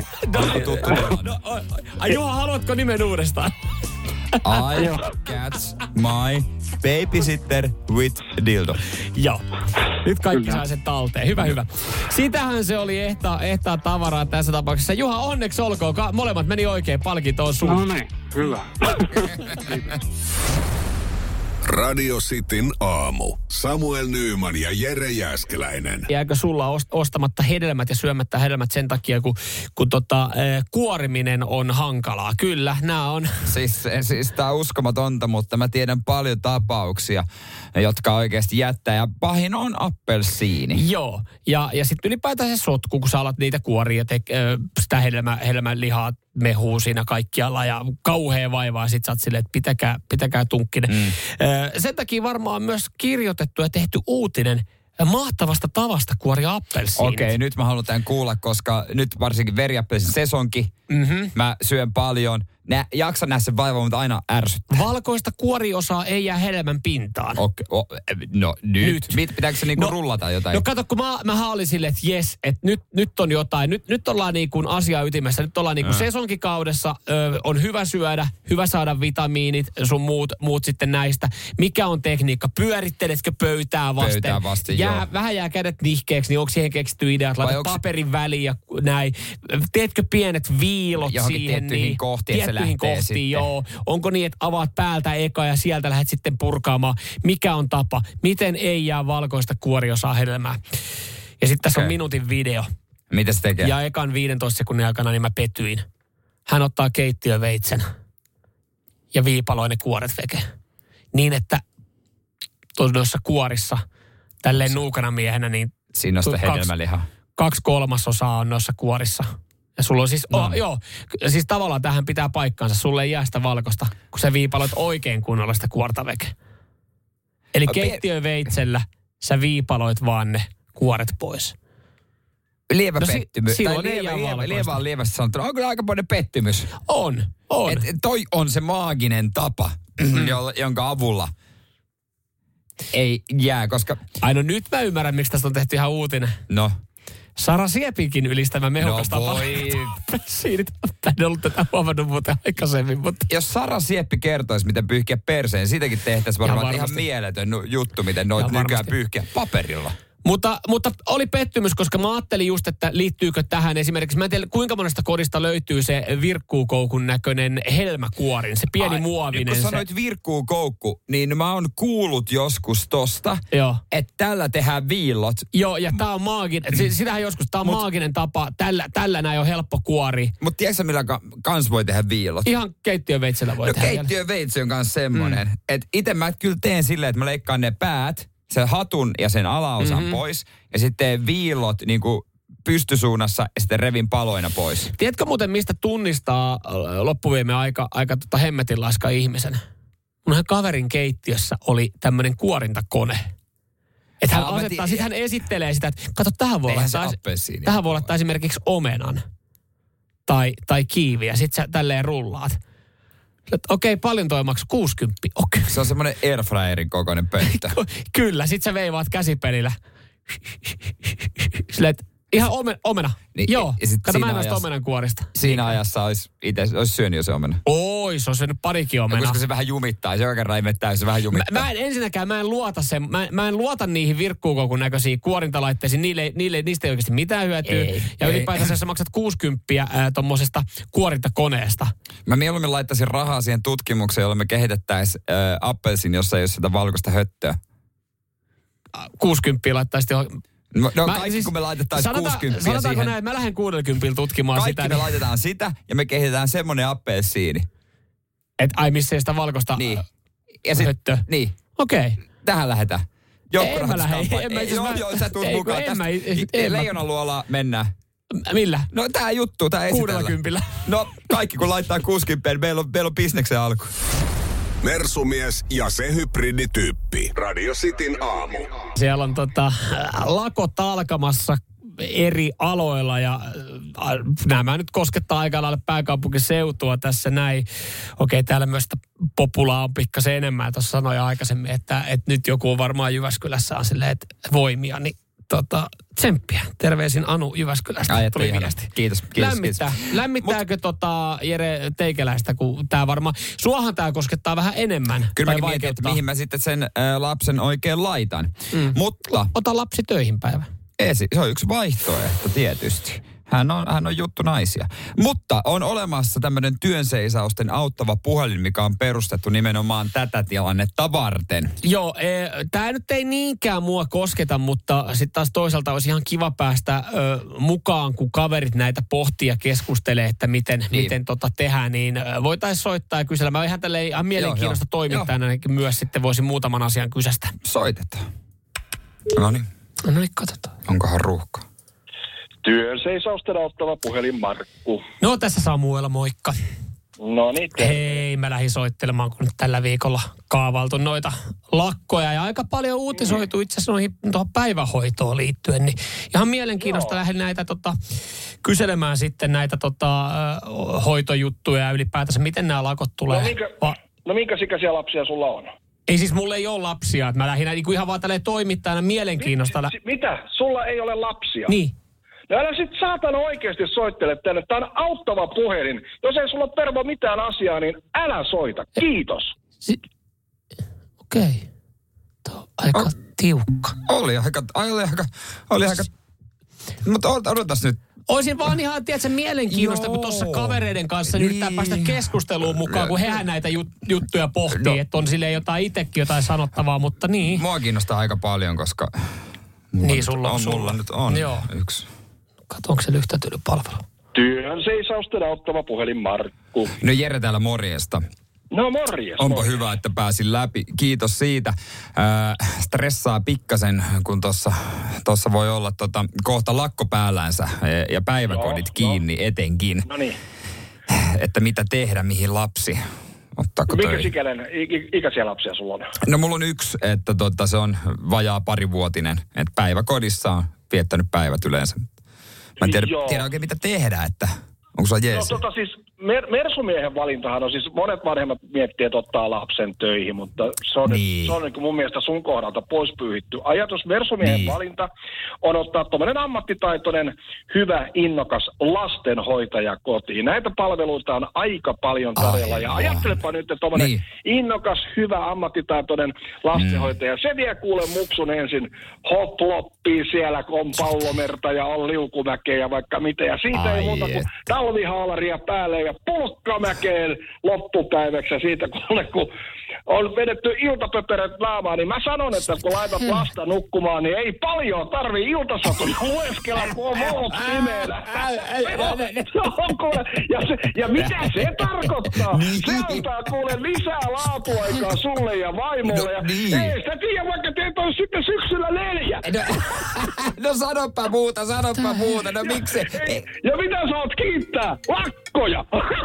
Speaker 2: Juha, haluatko nimen uudestaan?
Speaker 1: I catch my babysitter with dildo.
Speaker 2: Joo. Nyt kaikki saa sen talteen. Hyvä. Sitähän se oli ehtaa tavaraa tässä tapauksessa. Juha, onneksi olkoon. Molemmat meni oikein. Palkinto on sun.
Speaker 4: No niin, hyvä.
Speaker 3: Radio Cityn aamu. Samuel Nyyman ja Jere Jääskeläinen.
Speaker 2: Jääkö sulla ostamatta hedelmät ja syömättä hedelmät sen takia, kun kuoriminen on hankalaa? Kyllä, nämä on.
Speaker 1: Siis tää on uskomatonta, mutta mä tiedän paljon tapauksia, jotka oikeasti jättää. Ja pahin on appelsiini.
Speaker 2: Joo, ja sitten ylipäätään se sotku, kun sä alat niitä kuoria, sitä hedelmän lihaa mehuu siinä kaikkialla ja kauhea vaivaa. Sitten sä oot silleen, että pitäkää tunkkinen. Sen takia varmaan on myös kirjoitettu ja tehty uutinen mahtavasta tavasta kuoria appelsiinit.
Speaker 1: Okei, nyt mä haluan tämän kuulla, koska nyt varsinkin veriappelsin sesonki. Mä syön paljon. Jaksan nähdä sen vaivaa, mutta aina ärsyttää.
Speaker 2: Valkoista kuoriosaa ei jää hedelmän pintaan.
Speaker 1: No nyt. Pitääkö se niinku rullata jotain?
Speaker 2: No kato, kun mä haalin silleen, että jes, että nyt on jotain. Nyt ollaan niinku asiaa ytimessä. Nyt ollaan niinku sesonkikaudessa. On hyvä syödä, hyvä saada vitamiinit, sun muut sitten näistä. Mikä on tekniikka? Pyöritteletkö pöytää vasten? Vähän jää kädet nihkeeksi, niin onko siihen keksitty idea, että laitat paperin väliin ja näin. Teetkö pienet viilot
Speaker 1: johonkin
Speaker 2: siihen?
Speaker 1: Tiettyihin kohtiin,
Speaker 2: kohtiin, joo. Onko niin, että avaat päältä eka ja sieltä lähdet sitten purkaamaan? Mikä on tapa? Miten ei jää valkoista kuoriosaa hedelmää? Ja sitten tässä on minuutin video.
Speaker 1: Mitä se tekee?
Speaker 2: Ja ekan 15 sekunnin aikana niin mä petyin. Hän ottaa keittiöveitsen ja viipaloi ne kuoret veke. Niin, että tuossa kuorissa tälleen nuukana miehenä, niin
Speaker 1: siinä on sitä hedelmälihaa.
Speaker 2: 2/3 on noissa kuorissa. Ja sulla on siis, siis tavallaan tähän pitää paikkaansa. Sulle ei jää sitä valkoista, kun sä viipaloit oikein kunnolla sitä kuorta veke. Eli keittiöveitsellä sä viipaloit vaan ne kuoret pois.
Speaker 1: Lievä pettymys.
Speaker 2: Silloin ei jää valkoista.
Speaker 1: Lievästi sanottuna. On kyllä aikamoinen pettymys.
Speaker 2: On.
Speaker 1: Toi on se maaginen tapa, jonka avulla ei jää, koska...
Speaker 2: No nyt mä ymmärrän, miksi tästä on tehty ihan uutinen.
Speaker 1: No.
Speaker 2: Sara Siepinkin ylistämä mehukas tapa. Mä en ollut tätä huomannut muuten aikaisemmin. Mutta...
Speaker 1: Jos Sara Sieppi kertoisi, miten pyyhkiä perseen, siitäkin tehtäisiin varmaan ihan mieletön juttu, miten noit nykyään pyyhkiä paperilla.
Speaker 2: Mutta oli pettymys, koska mä ajattelin just, että liittyykö tähän esimerkiksi, mä en tiedä kuinka monesta kodista löytyy se virkkuukoukun näköinen helmäkuorin, se pieni muovinen.
Speaker 1: Kun sanoit virkkuukoukku, niin mä oon kuullut joskus tosta, että tällä tehdään viillot.
Speaker 2: Joo, ja tää on maaginen, sitähän joskus, tää on maaginen tapa, tällä näin on helppo kuori.
Speaker 1: Mutta tiedätkö millä kans voi tehdä viillot?
Speaker 2: Ihan keittiöveitsellä voi tehdä.
Speaker 1: Keittiöveitsi on kans semmonen, että itse mä kyllä teen silleen, että mä leikkaan ne päät, sen hatun ja sen alaosan pois. Ja sitten viillot niin kuin pystysuunnassa ja sitten revin paloina pois.
Speaker 2: Tiedätkö muuten, mistä tunnistaa loppuviemme aika hemmetin laiska ihmisen? Munhan kaverin keittiössä oli tämmöinen kuorintakone. Että hän asettaa, sitten hän esittelee sitä, että kato, tähän voi laittaa esimerkiksi omenan tai kiiviä. Sitten sä tälleen rullaat. Okei, paljon toi maksaa 60. Okay.
Speaker 1: Se on semmoinen airfryerin kokoinen pönttö.
Speaker 2: Kyllä, sit sä veivaat käsipelillä. Silleen, ihan omena.
Speaker 1: Niin,
Speaker 2: joo, kato mä noista omenan kuorista.
Speaker 1: Siinä ajassa olisi syönyt jo se omena.
Speaker 2: Se on syönyt parikin omena.
Speaker 1: Koska se vähän jumittaa, se joka kerran imettää, se vähän jumittaa.
Speaker 2: Mä en luota mä en luota niihin virkkuukoukun näköisiin kuorintalaitteisiin. Niistä ei oikeasti mitään hyötyä. Ja ylipäätään sä maksat 60 tommosesta kuorintakoneesta. Mä
Speaker 1: mieluummin laittaisin rahaa siihen tutkimukseen, jolla me kehitettäisiin appelsin, jossa ei ole sitä valkoista höttöä.
Speaker 2: 60 laittaisit johon...
Speaker 1: Kun me laitettaisiin 60
Speaker 2: sanotaanko
Speaker 1: siihen.
Speaker 2: Näin, mä lähden 60 tutkimaan
Speaker 1: kaikki
Speaker 2: sitä.
Speaker 1: Kaikki me laitetaan sitä ja me kehitetään semmoinen appelsiini.
Speaker 2: Että missä ei sitä valkoista
Speaker 1: ja
Speaker 2: höttöä?
Speaker 1: Niin.
Speaker 2: Okei. Okay.
Speaker 1: Tähän lähdetään.
Speaker 2: En mä lähde.
Speaker 1: Joo, sä tuut mukaan. Leijonan luola mennään.
Speaker 2: Millä?
Speaker 1: No tää juttu, tää esitellään.
Speaker 2: 60.
Speaker 1: No kaikki kun laittaa 60, meillä on bisneksen alku.
Speaker 3: Mersumies ja se hybridityyppi. Radio Cityn aamu.
Speaker 2: Siellä on lakot alkamassa eri aloilla ja nämä nyt koskettaa aika lailla pääkaupunkiseutua tässä näin. Okei, täällä myös populaa on pikkasen enemmän. Tuossa sanoin aikaisemmin, että nyt joku on varmaan Jyväskylässä on silleen, että voimia, niin tsemppiä. Terveisin Anu Jyväskylästä. Tuli viesti.
Speaker 1: Kiitos.
Speaker 2: Lämmittääkö Jere teikäläistä, kun tää varmaan, suohan tää koskettaa vähän enemmän.
Speaker 1: Kyllä mäkin mietin, että mihin mä sitten sen lapsen oikein laitan. Mutta
Speaker 2: ota lapsi töihin päivä.
Speaker 1: Se on yksi vaihtoehto tietysti. Hän on juttu naisia. Mutta on olemassa tämmöinen työnseisausten auttava puhelin, mikä on perustettu nimenomaan tätä tilannetta varten.
Speaker 2: Joo, tämä nyt ei niinkään mua kosketa, mutta sitten taas toisaalta olisi ihan kiva päästä mukaan, kun kaverit näitä pohtii ja keskustelee, että miten tehdään, niin voitaisiin soittaa ja kysellä. Mä ihan tälleen ihan mielenkiinnosta toimittajana myös sitten voisin muutaman asian kysästä.
Speaker 1: Soitetaan. No niin,
Speaker 2: katsotaan.
Speaker 1: Onkohan ruuhka?
Speaker 8: Työnseisausten auttava puhelin Markku.
Speaker 2: No tässä Samuel, moikka.
Speaker 8: No niin.
Speaker 2: Hei, mä lähdin soittelemaan, kun nyt tällä viikolla kaavailtu noita lakkoja ja aika paljon uutisoitu itse asiassa tuohon päivähoitoon liittyen. Niin ihan mielenkiinnosta lähdin näitä kyselemään sitten näitä hoitojuttuja ja ylipäätänsä, miten nämä lakot tulee.
Speaker 8: No minkä ikäisiä lapsia sulla on?
Speaker 2: Ei siis, mulla ei ole lapsia. Että mä lähdin ihan vaan tälleen toimittajana mielenkiinnosta.
Speaker 8: Mitä? Sulla ei ole lapsia?
Speaker 2: Niin.
Speaker 8: No älä sit saatana oikeasti soittele tänne. Tää on auttava puhelin. Jos ei sulla Pervo mitään asiaa, niin älä soita. Kiitos.
Speaker 2: Okei. Tuo on aika tiukka.
Speaker 1: Oli aika. Mutta odotas nyt.
Speaker 2: Olisin vaan ihan, tiedätkö, mielenkiinnosta, kun tuossa kavereiden kanssa yrittää päästä keskusteluun mukaan, kun hehän näitä juttuja pohtii, että on silleen itsekin jotain sanottavaa, mutta niin.
Speaker 1: Mua kiinnostaa aika paljon, koska mulla nyt on yksi.
Speaker 2: Kato, onko se lyhtätylypalvelu?
Speaker 8: Työnseisausten auttava puhelin Markku.
Speaker 1: No Jere täällä morjesta.
Speaker 8: No morjes.
Speaker 1: Onpa hyvä, että pääsin läpi. Kiitos siitä. Stressaa pikkasen, kun tossa voi olla kohta lakko päällänsä ja päiväkodit kiinni etenkin.
Speaker 8: No niin.
Speaker 1: Että mitä tehdä, mihin lapsi.
Speaker 8: Minkä ikäisiä lapsia sulla on?
Speaker 1: No mulla on yksi, että se on vajaa parivuotinen. Että päiväkodissa on viettänyt päivät yleensä. Mä en tiedä oikein mitä tehdä, että onko sulla jees?
Speaker 8: No siis mersumiehen valintahan on siis, monet vanhemmat miettii, että ottaa lapsen töihin, mutta se on niin kuin mun mielestä sun kohdalta pois pyyhitty. Ajatus mersumiehen valinta on ottaa tommonen ammattitaitoinen, hyvä, innokas lastenhoitaja kotiin. Näitä palveluita on aika paljon tarjolla ja ajattelepa nyt, että tommonen innokas, hyvä, ammattitaitoinen lastenhoitaja, se vie kuule muksun ensin hoploppia siellä, kun on pallomerta ja on liukumäkeä ja vaikka mitä. Ja siitä ei muuta kuin talvihaalaria päälle ja pulkkamäkeen loppupäiväksi ja siitä kun on vedetty iltapöperät naamaan, niin mä sanon, että kun laitat lasta nukkumaan, niin ei paljon tarvii iltasatuja lueskella, kun on valot pimeänä. Ja mitä se tarkoittaa? Se antaa kuule lisää laatuaikaa sulle ja vaimolle. Ja ei sitä tiedä, vaikka teet on sitten syksyllä 4.
Speaker 1: No sanoppa muuta, no miksi?
Speaker 8: Ja mitä sä oot kiittää? Lakkoja!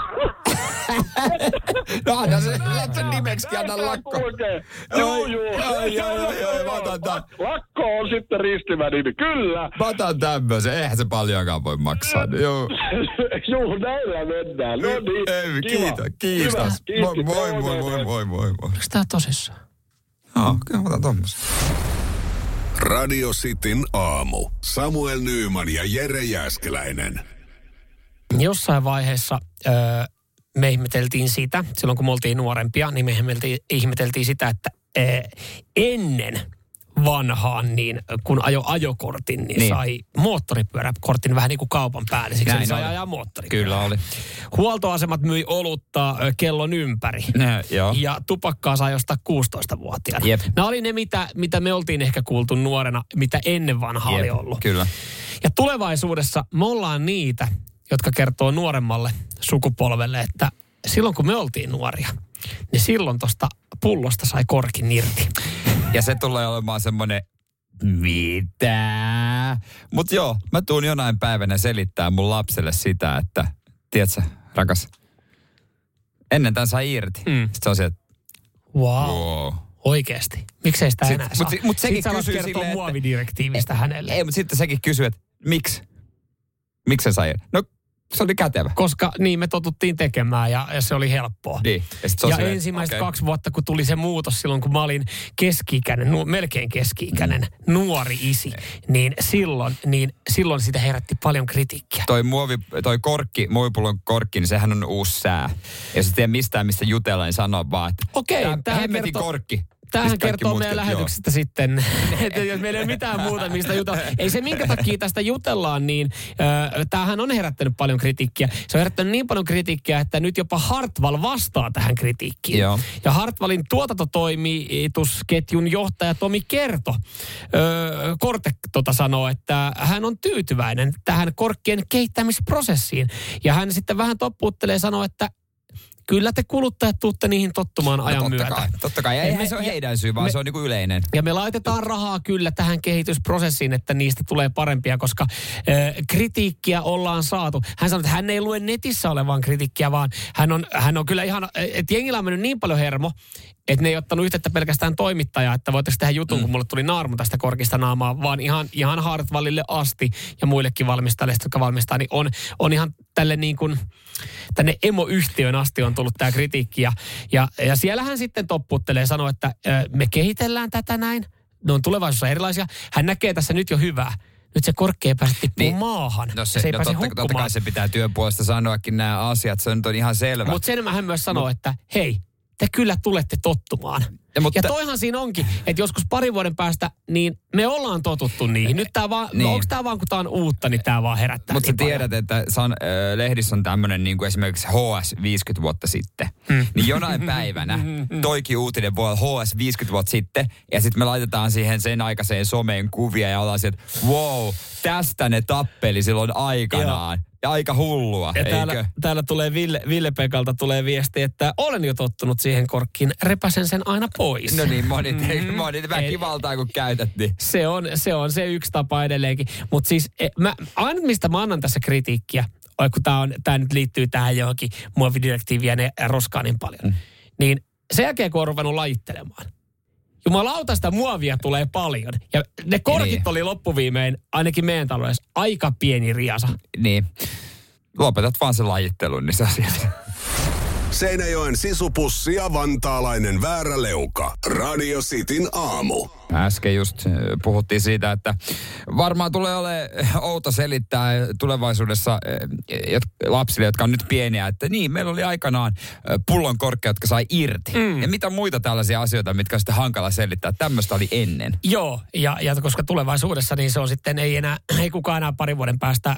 Speaker 1: No anna se lapsen nimeksikin, anna lakko.
Speaker 8: Joo.
Speaker 1: Mä otan tämän.
Speaker 8: Lakko on sitten ristimä nimi, kyllä.
Speaker 1: Mä otan tämmöisen, eihän se paljonkaan voi maksaa. Joo,
Speaker 8: näillä mennään. No niin,
Speaker 1: kiitos. Moi.
Speaker 2: Onko tää tosissaan?
Speaker 1: Joo, kyllä mä otan tommosen.
Speaker 3: Radio Cityn aamu. Samuel Nyyman ja Jere Jääskeläinen.
Speaker 2: Jossain vaiheessa me ihmeteltiin sitä, silloin kun me oltiin nuorempia, niin me ihmeteltiin sitä, että ennen vanhaan, niin kun ajokortin, niin sai moottoripyöräkortin vähän niin kuin kaupan päälle. Siksi sai ajaa moottoripyörää.
Speaker 1: Kyllä oli.
Speaker 2: Huoltoasemat myi olutta kellon ympäri. Ja tupakkaa sai ostaa 16-vuotiaana.
Speaker 1: Jep.
Speaker 2: Nämä oli ne, mitä me oltiin ehkä kuultu nuorena, mitä ennen vanhaa oli ollut.
Speaker 1: Kyllä.
Speaker 2: Ja tulevaisuudessa me ollaan niitä, jotka kertoo nuoremmalle sukupolvelle, että silloin kun me oltiin nuoria, niin silloin tosta pullosta sai korkin irti.
Speaker 1: Ja se tulee olemaan semmoinen, mitä? Mut joo, mä tuun jonain päivänä selittää mun lapselle sitä, että, tiedätkö, rakas, ennen tämän sai irti. Sitten se on se, että
Speaker 2: wow. Oikeesti. Miksei sitä enää saa?
Speaker 1: Mut sekin
Speaker 2: kysyy silleen, muovidirektiivistä hänelle.
Speaker 1: Ei, mutta sitten sekin kysyy, että miksi? Miksi se sai irti? No, se oli kätevä.
Speaker 2: Koska niin me totuttiin tekemään ja se oli helppoa.
Speaker 1: Niin. Ja
Speaker 2: ensimmäiset 2 vuotta, kun tuli se muutos silloin, kun mä olin keski-ikäinen, melkein keski-ikäinen, nuori isi, niin silloin sitä herätti paljon kritiikkiä.
Speaker 1: Toi korkki, muovipullon korkki, niin sehän on uusi sää. Ja jos et tiedä mistään, mistä jutella, niin sanoo vaan, että
Speaker 2: okei,
Speaker 1: tämä hemmetin korkki.
Speaker 2: Tämähän kertoo meidän lähetyksestä sitten, että jos meillä ei ole mitään muuta, mistä jutella. Ei se minkä takia tästä jutellaan, niin tämähän on herättänyt paljon kritiikkiä. Se on herättänyt niin paljon kritiikkiä, että nyt jopa Hartwall vastaa tähän kritiikkiin.
Speaker 1: Joo.
Speaker 2: Ja Hartwallin tuotantotoimitusketjun johtaja Tomi Kerto Korte sanoo, että hän on tyytyväinen tähän korkkien kehittämisprosessiin. Ja hän sitten vähän toppuuttelee ja sanoo, että kyllä te kuluttajat tuutte niihin tottumaan ajan myötä.
Speaker 1: Totta kai. Eihän se ole heidän syy, vaan se on niin kuin yleinen.
Speaker 2: Ja me laitetaan rahaa kyllä tähän kehitysprosessiin, että niistä tulee parempia, koska kritiikkiä ollaan saatu. Hän sanoi, että hän ei lue netissä olevaan kritiikkiä, vaan hän on kyllä ihan, että jengillä on mennyt niin paljon hermo, että ne ei ottanut yhteyttä pelkästään toimittajaa, että voitaisiin tehdä jutun, kun mulle tuli naarmu tästä korkista naamaa, vaan ihan Hartwallille asti ja muillekin valmistajille, jotka valmistaa, niin on ihan tälle niin kuin, tänne emoyhtiön asti on tullut tämä kritiikki. Ja siellä hän sitten toppuuttelee ja sanoo, että me kehitellään tätä näin, ne on tulevaisuudessa erilaisia. Hän näkee tässä nyt jo hyvää. Nyt se korkki ei pääse tippumaan maahan.
Speaker 1: No se ei pääse hukkumaan. Totta kai se pitää työn puolesta sanoakin nämä asiat, se on ihan selvä.
Speaker 2: Mutta sen hän myös sanoo, että hei, te kyllä tulette tottumaan. Ja toihan siinä onkin, että joskus 2 vuoden päästä, niin me ollaan totuttu niihin. Nyt tää vaan, niin. Onko tää vaan kun tää on uutta, niin tää vaan herättää.
Speaker 1: Mutta sä tiedät, että lehdissä on tämmönen niin kuin esimerkiksi HS 50 vuotta sitten. Niin jonain päivänä toikin uutinen voi olla HS 50 vuotta sitten. Ja sitten me laitetaan siihen sen aikaiseen someen kuvia ja ollaan sieltä, että wow, tästä ne tappeli silloin aikanaan. Joo. Ja aika hullua,
Speaker 2: ja
Speaker 1: eikö?
Speaker 2: Täällä tulee Ville Pekalta tulee viesti, että olen jo tottunut siihen korkkiin, repäsen sen aina pois.
Speaker 1: No niin, monit väkivaltaa kun käytät, niin.
Speaker 2: Se on se yksi tapa edelleenkin. Mutta siis aina mistä mä annan tässä kritiikkiä, kun tää nyt liittyy tähän johonkin muovidirektiiviin ja ne roskaa niin paljon, niin sen jälkeen kun on ruvennut lajittelemaan, jumalauta sitä muovia tulee paljon. Ja ne korkit oli loppuviimein, ainakin meidän taloudessa, aika pieni riasa.
Speaker 1: Niin. Lopetat vaan sen lajittelun, niin se asiassa.
Speaker 3: Seinäjoen sisupussi ja vantaalainen vääräleuka. Radio Cityn aamu.
Speaker 1: Äsken just puhuttiin siitä, että varmaan tulee olemaan outo selittää tulevaisuudessa lapsille, jotka on nyt pieniä, että niin, meillä oli aikanaan pullon korkkeja, jotka sai irti. Ja mitä muita tällaisia asioita, mitkä on sitten hankala selittää. Tämmöistä oli ennen.
Speaker 2: Joo, ja koska tulevaisuudessa niin se on sitten, ei kukaan enää 2 vuoden päästä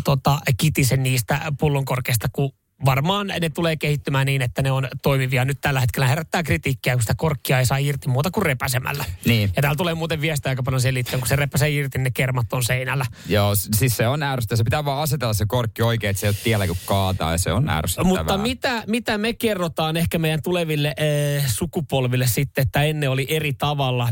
Speaker 2: kitisen niistä pullon korkeista, kun varmaan ne tulee kehittymään niin, että ne on toimivia. Nyt tällä hetkellä herättää kritiikkiä, kun sitä korkkia ei saa irti muuta kuin repäsemällä.
Speaker 1: Niin.
Speaker 2: Ja täällä tulee muuten viestiä aika paljon selittää, kun se repäsee irti, ne kermat on seinällä.
Speaker 1: Joo, siis se on ärsyttävää. Se pitää vaan asetella se korkki oikein, että se ei ole tiellä, kun kaataa, ja se on ärsyttävää.
Speaker 2: Mutta mitä me kerrotaan ehkä meidän tuleville sukupolville sitten, että ennen oli eri tavalla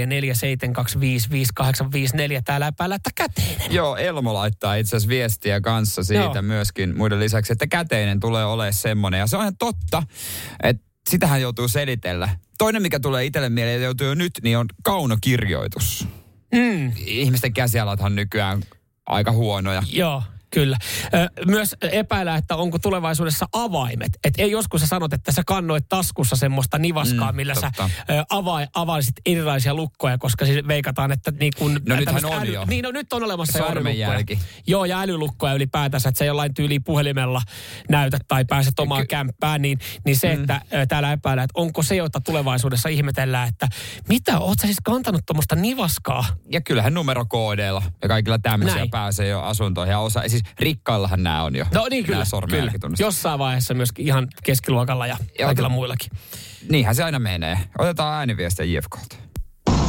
Speaker 2: 0447255854 täällä epäillä, että käteinen.
Speaker 1: Joo, Elmo laittaa itse asiassa viestiä kanssa siitä myöskin muiden lisäksi, että käteinen tulee olemaan semmoinen. Ja se on ihan totta, että sitähän joutuu selitellä. Toinen, mikä tulee itselle mieleen, joutuu jo nyt, niin on kaunokirjoitus. Ihmisten käsialathan nykyään aika huonoja.
Speaker 2: Joo. Kyllä. Myös epäillä, että onko tulevaisuudessa avaimet. Että ei joskus sä sanot, että sä kannoit taskussa semmoista nivaskaa, millä totta. Sä avaisit erilaisia lukkoja, koska siis veikataan, että niin kun...
Speaker 1: No nythän on jo.
Speaker 2: Niin, no nyt on olemassa
Speaker 1: sormenjälki.
Speaker 2: Joo, ja älylukkoja ylipäätänsä, että sä jollain tyyliin puhelimella näytät tai pääset omaan kämppään, niin se, että täällä epäillä, että onko se, jota tulevaisuudessa ihmetellään, että mitä, oot sä siis kantanut tuommoista nivaskaa?
Speaker 1: Ja kyllähän numerokoodeilla ja kaikilla tämmöisiä pääsee jo asuntoihin ja osa... Siis rikkaillahan nämä on jo.
Speaker 2: No niin, kyllä. Jossain vaiheessa myöskin ihan keskiluokalla ja kaikilla muillakin.
Speaker 1: Niinhän se aina menee. Otetaan ääniviestiä JFK:lta.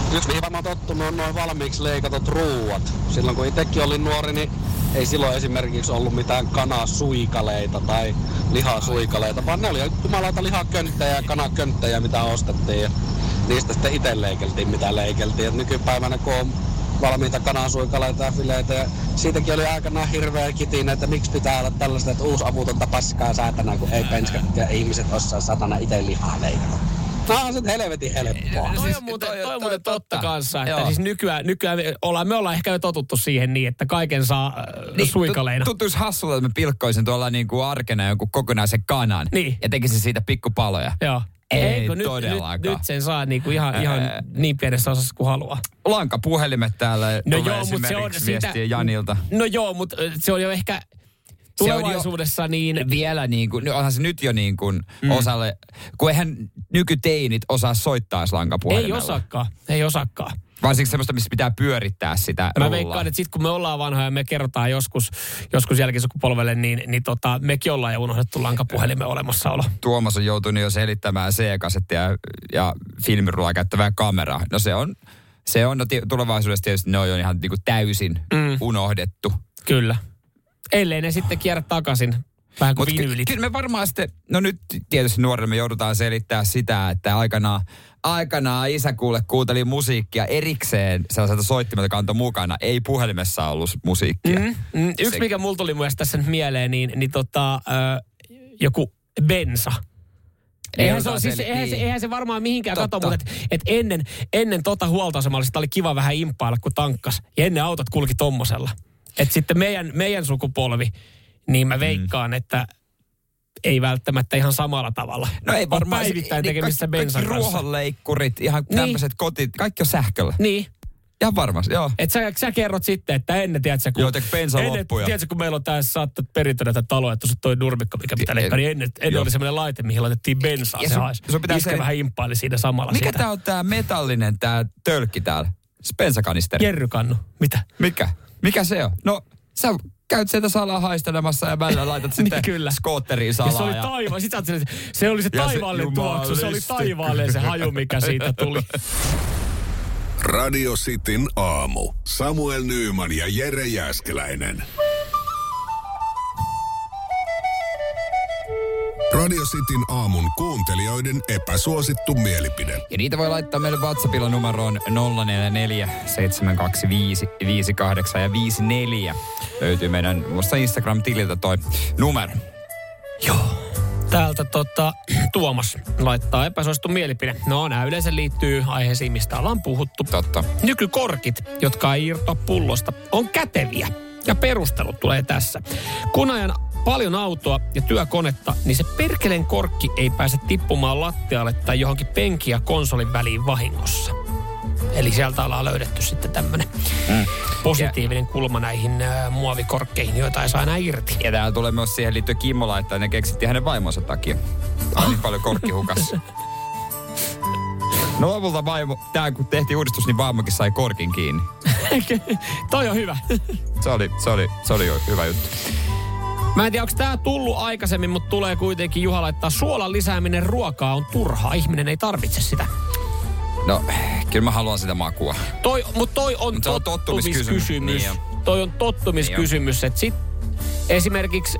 Speaker 9: Yksi mihin mä oon tottunut on noin valmiiksi leikatut ruuat. Silloin kun itsekin olin nuori, niin ei silloin esimerkiksi ollut mitään kanasuikaleita tai lihasuikaleita, vaan ne oli jumalauta lihakönttejä ja kanakönttejä, mitä ostettiin. Ja niistä sitten itse leikeltiin, mitä leikeltiin. Et nykypäivänä, kun on valmiita kanasuikaleita ja fileitä, ja siitäkin oli aikanaan hirveä kitinä, että miksi pitää olla tällaista, että uusi avutonta paskaa säätänä, kun ei penskat ja ihmiset osaa satana itse lihaa leikata. No on se helvetin helppoa.
Speaker 2: Toi on muuten totta kanssa, että siis nykyään me ollaan ehkä jo totuttu siihen niin, että kaiken saa suikaleina.
Speaker 1: Tuntuisi hassulta, että mä pilkkoisin tuolla niin kuin arkena jonkun kokonaisen kanan ja tekisin siitä pikkupaloja.
Speaker 2: Joo.
Speaker 1: Ei todellakaan.
Speaker 2: Nyt sen saa niinku ihan niin pienessä osassa kuin haluaa.
Speaker 1: Lankapuhelimet täällä tulee esimerkiksi viestiä Janilta.
Speaker 2: No joo, mutta se on jo ehkä tulevaisuudessa niin...
Speaker 1: Vielä niin kuin, onhan se nyt jo niin kuin osalle, kun eihän nykyteinit osaa soittaa lankapuhelimella.
Speaker 2: Ei osaakaan.
Speaker 1: Vaan siksi semmoista, missä pitää pyörittää sitä rullaa.
Speaker 2: Mä veikkaan, että sitten kun me ollaan vanhoja ja me kerrotaan joskus jälkisukupolvelle, niin mekin ollaan jo unohdettu lankapuhelimen olemassaolo.
Speaker 1: Tuomas on joutunut jo selittämään C-kasettia ja filmirullaa käyttävää kameraa. No se on tulevaisuudessa tietysti ne on jo ihan niin kuin täysin unohdettu.
Speaker 2: Kyllä. Ellei ne sitten kierrä takaisin. Vähän kuin vinyylit.
Speaker 1: Kyllä me varmaan sitten, no nyt tietysti nuorille me joudutaan selittää sitä, että aikanaan isä kuunteli musiikkia erikseen sellaiselta soittimelta, joka antoi mukana. Ei puhelimessa ollut musiikkia.
Speaker 2: Yksi mikä mulla tuli myös tässä nyt mieleen, niin joku bensa. Eihän se varmaan mihinkään kato, mutta et ennen huoltoasemallista oli kiva vähän imppailla, kun tankkas. Ja ennen autot kulki tommosella. Että sitten meidän sukupolvi, niin mä veikkaan, että ei välttämättä ihan samalla tavalla.
Speaker 1: No ei varmaan.
Speaker 2: Päivittäin tekemistä bensan kanssa.
Speaker 1: Ruohonleikkurit, ihan tämmöiset kotit, kaikki on sähköllä.
Speaker 2: Niin.
Speaker 1: Ihan varmasti, joo.
Speaker 2: Että sä kerrot sitten, että ennen, tiedätkö, kun meillä on tässä saattaa perintönä tätä taloa, että toi nurmikko, mikä pitää leikkaa, niin ennen oli semmoinen laite, mihin laitettiin bensaa. Se pitää vähän imppaili siinä samalla.
Speaker 1: Mikä tää on tää metallinen, tää tölkki täällä? Bensakanisteri.
Speaker 2: Jerrykannu. Mitä?
Speaker 1: Mikä se on? No, sä käyt sieltä salaa haistelemassa ja välillä laitat sitten skootteriin salaa.
Speaker 2: Se oli se taivaallinen tuoksu, se oli taivaallinen se haju, mikä siitä tuli.
Speaker 3: Radio Cityn aamu. Samuel Nyyman ja Jere Jääskeläinen. Radio Cityn aamun kuuntelijoiden epäsuosittu mielipide.
Speaker 1: Ja niitä voi laittaa meille WhatsAppilla numeroon 044 725 58 ja 54. Löytyy meidän Instagram-tililtä toi numero.
Speaker 2: Joo. Täältä Tuomas laittaa epäsuosittu mielipide. No, nämä yleensä liittyy aiheisiin, mistä ollaan puhuttu.
Speaker 1: Totta.
Speaker 2: Nykykorkit, jotka ei irtoa pullosta, on käteviä. Ja perustelut tulee tässä. Kun ajan paljon autoa ja työkonetta, niin se perkeleen korkki ei pääse tippumaan lattialle tai johonkin penkin ja konsolin väliin vahingossa. Eli sieltä ollaan löydetty sitten tämmöinen positiivinen kulma näihin muovikorkkeihin, joita ei saa enää irti.
Speaker 1: Ja täällä tulee myös siihen liittyen Kimmo laittaa, että ne keksittiin hänen vaimonsa takia. Niin paljon korkkihukassa. No lopulta kun tehtiin uudistus, niin vaimokin sai korkin kiinni.
Speaker 2: Toi on hyvä.
Speaker 1: Se oli jo hyvä juttu.
Speaker 2: Mä en tiedä, onko tää tullut aikaisemmin, mutta tulee kuitenkin Juha laittaa suolan lisääminen ruokaa on turhaa. Ihminen ei tarvitse sitä.
Speaker 1: No, kyllä mä haluan sitä makua.
Speaker 2: Toi on tottumiskysymys. Niin toi on tottumiskysymys, että sit esimerkiksi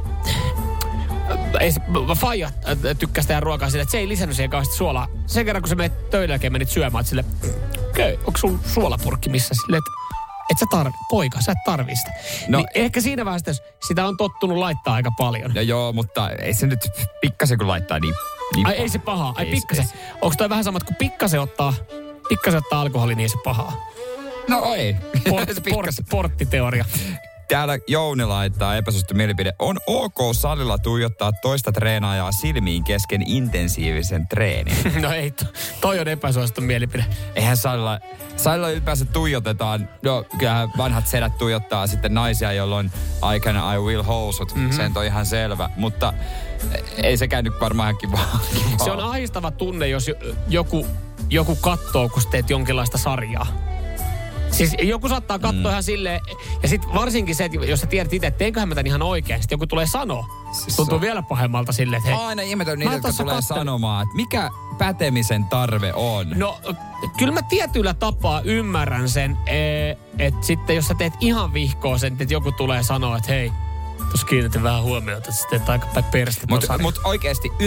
Speaker 2: faija tykkäsi tehdä ruokaa sille, että se ei lisännyt siihen kauheasti suolaa. Sen kerran, kun sä menet töiden jälkeen menit syömään, että sille, onko sun suolapurkki missä? Sille, että poika, sä et tarvii sitä. No, niin ehkä siinä vaiheessa sitä on tottunut laittaa aika paljon.
Speaker 1: No joo, mutta ei se nyt pikkasen kun laittaa niin
Speaker 2: ai ei se pahaa, pikkasen. Onko toi vähän samat, kun pikkasen ottaa alkoholi, niin ei se pahaa?
Speaker 1: No ei.
Speaker 2: Porttiteoria.
Speaker 1: Täällä Jouni laittaa epäsuosittu mielipide. On ok salilla tuijottaa toista treenaajaa silmiin kesken intensiivisen treenin.
Speaker 2: No ei, toi on epäsuosittu mielipide.
Speaker 1: Eihän salilla ylipäänsä tuijotetaan. No kyllähän vanhat sedät tuijottaa sitten naisia, jolloin I can, I will housut. Sen on ihan selvä. Mutta ei se käynyt varmaan kivaa.
Speaker 2: Se on ahistava tunne, jos joku katsoo, kun teet jonkinlaista sarjaa. Siis joku saattaa katsoa ihan silleen, ja sitten varsinkin se, että jos sä tiedät itse, että teinköhän mä tämän ihan oikein, sitten joku tulee sanoa. Siis tuntuu vielä pahemmalta silleen, että hei.
Speaker 1: Aina ihmetellä niitä, jotka tulee sanomaan, että mikä pätemisen tarve on.
Speaker 2: No, kyllä mä tietyllä tapaa ymmärrän sen, että sitten jos sä teet ihan vihkoa sen, että joku tulee sanoa, että hei, tuossa kiinnitin vähän huomiota, että sä teet aika päin perstä.
Speaker 1: Mutta oikeasti 99,9%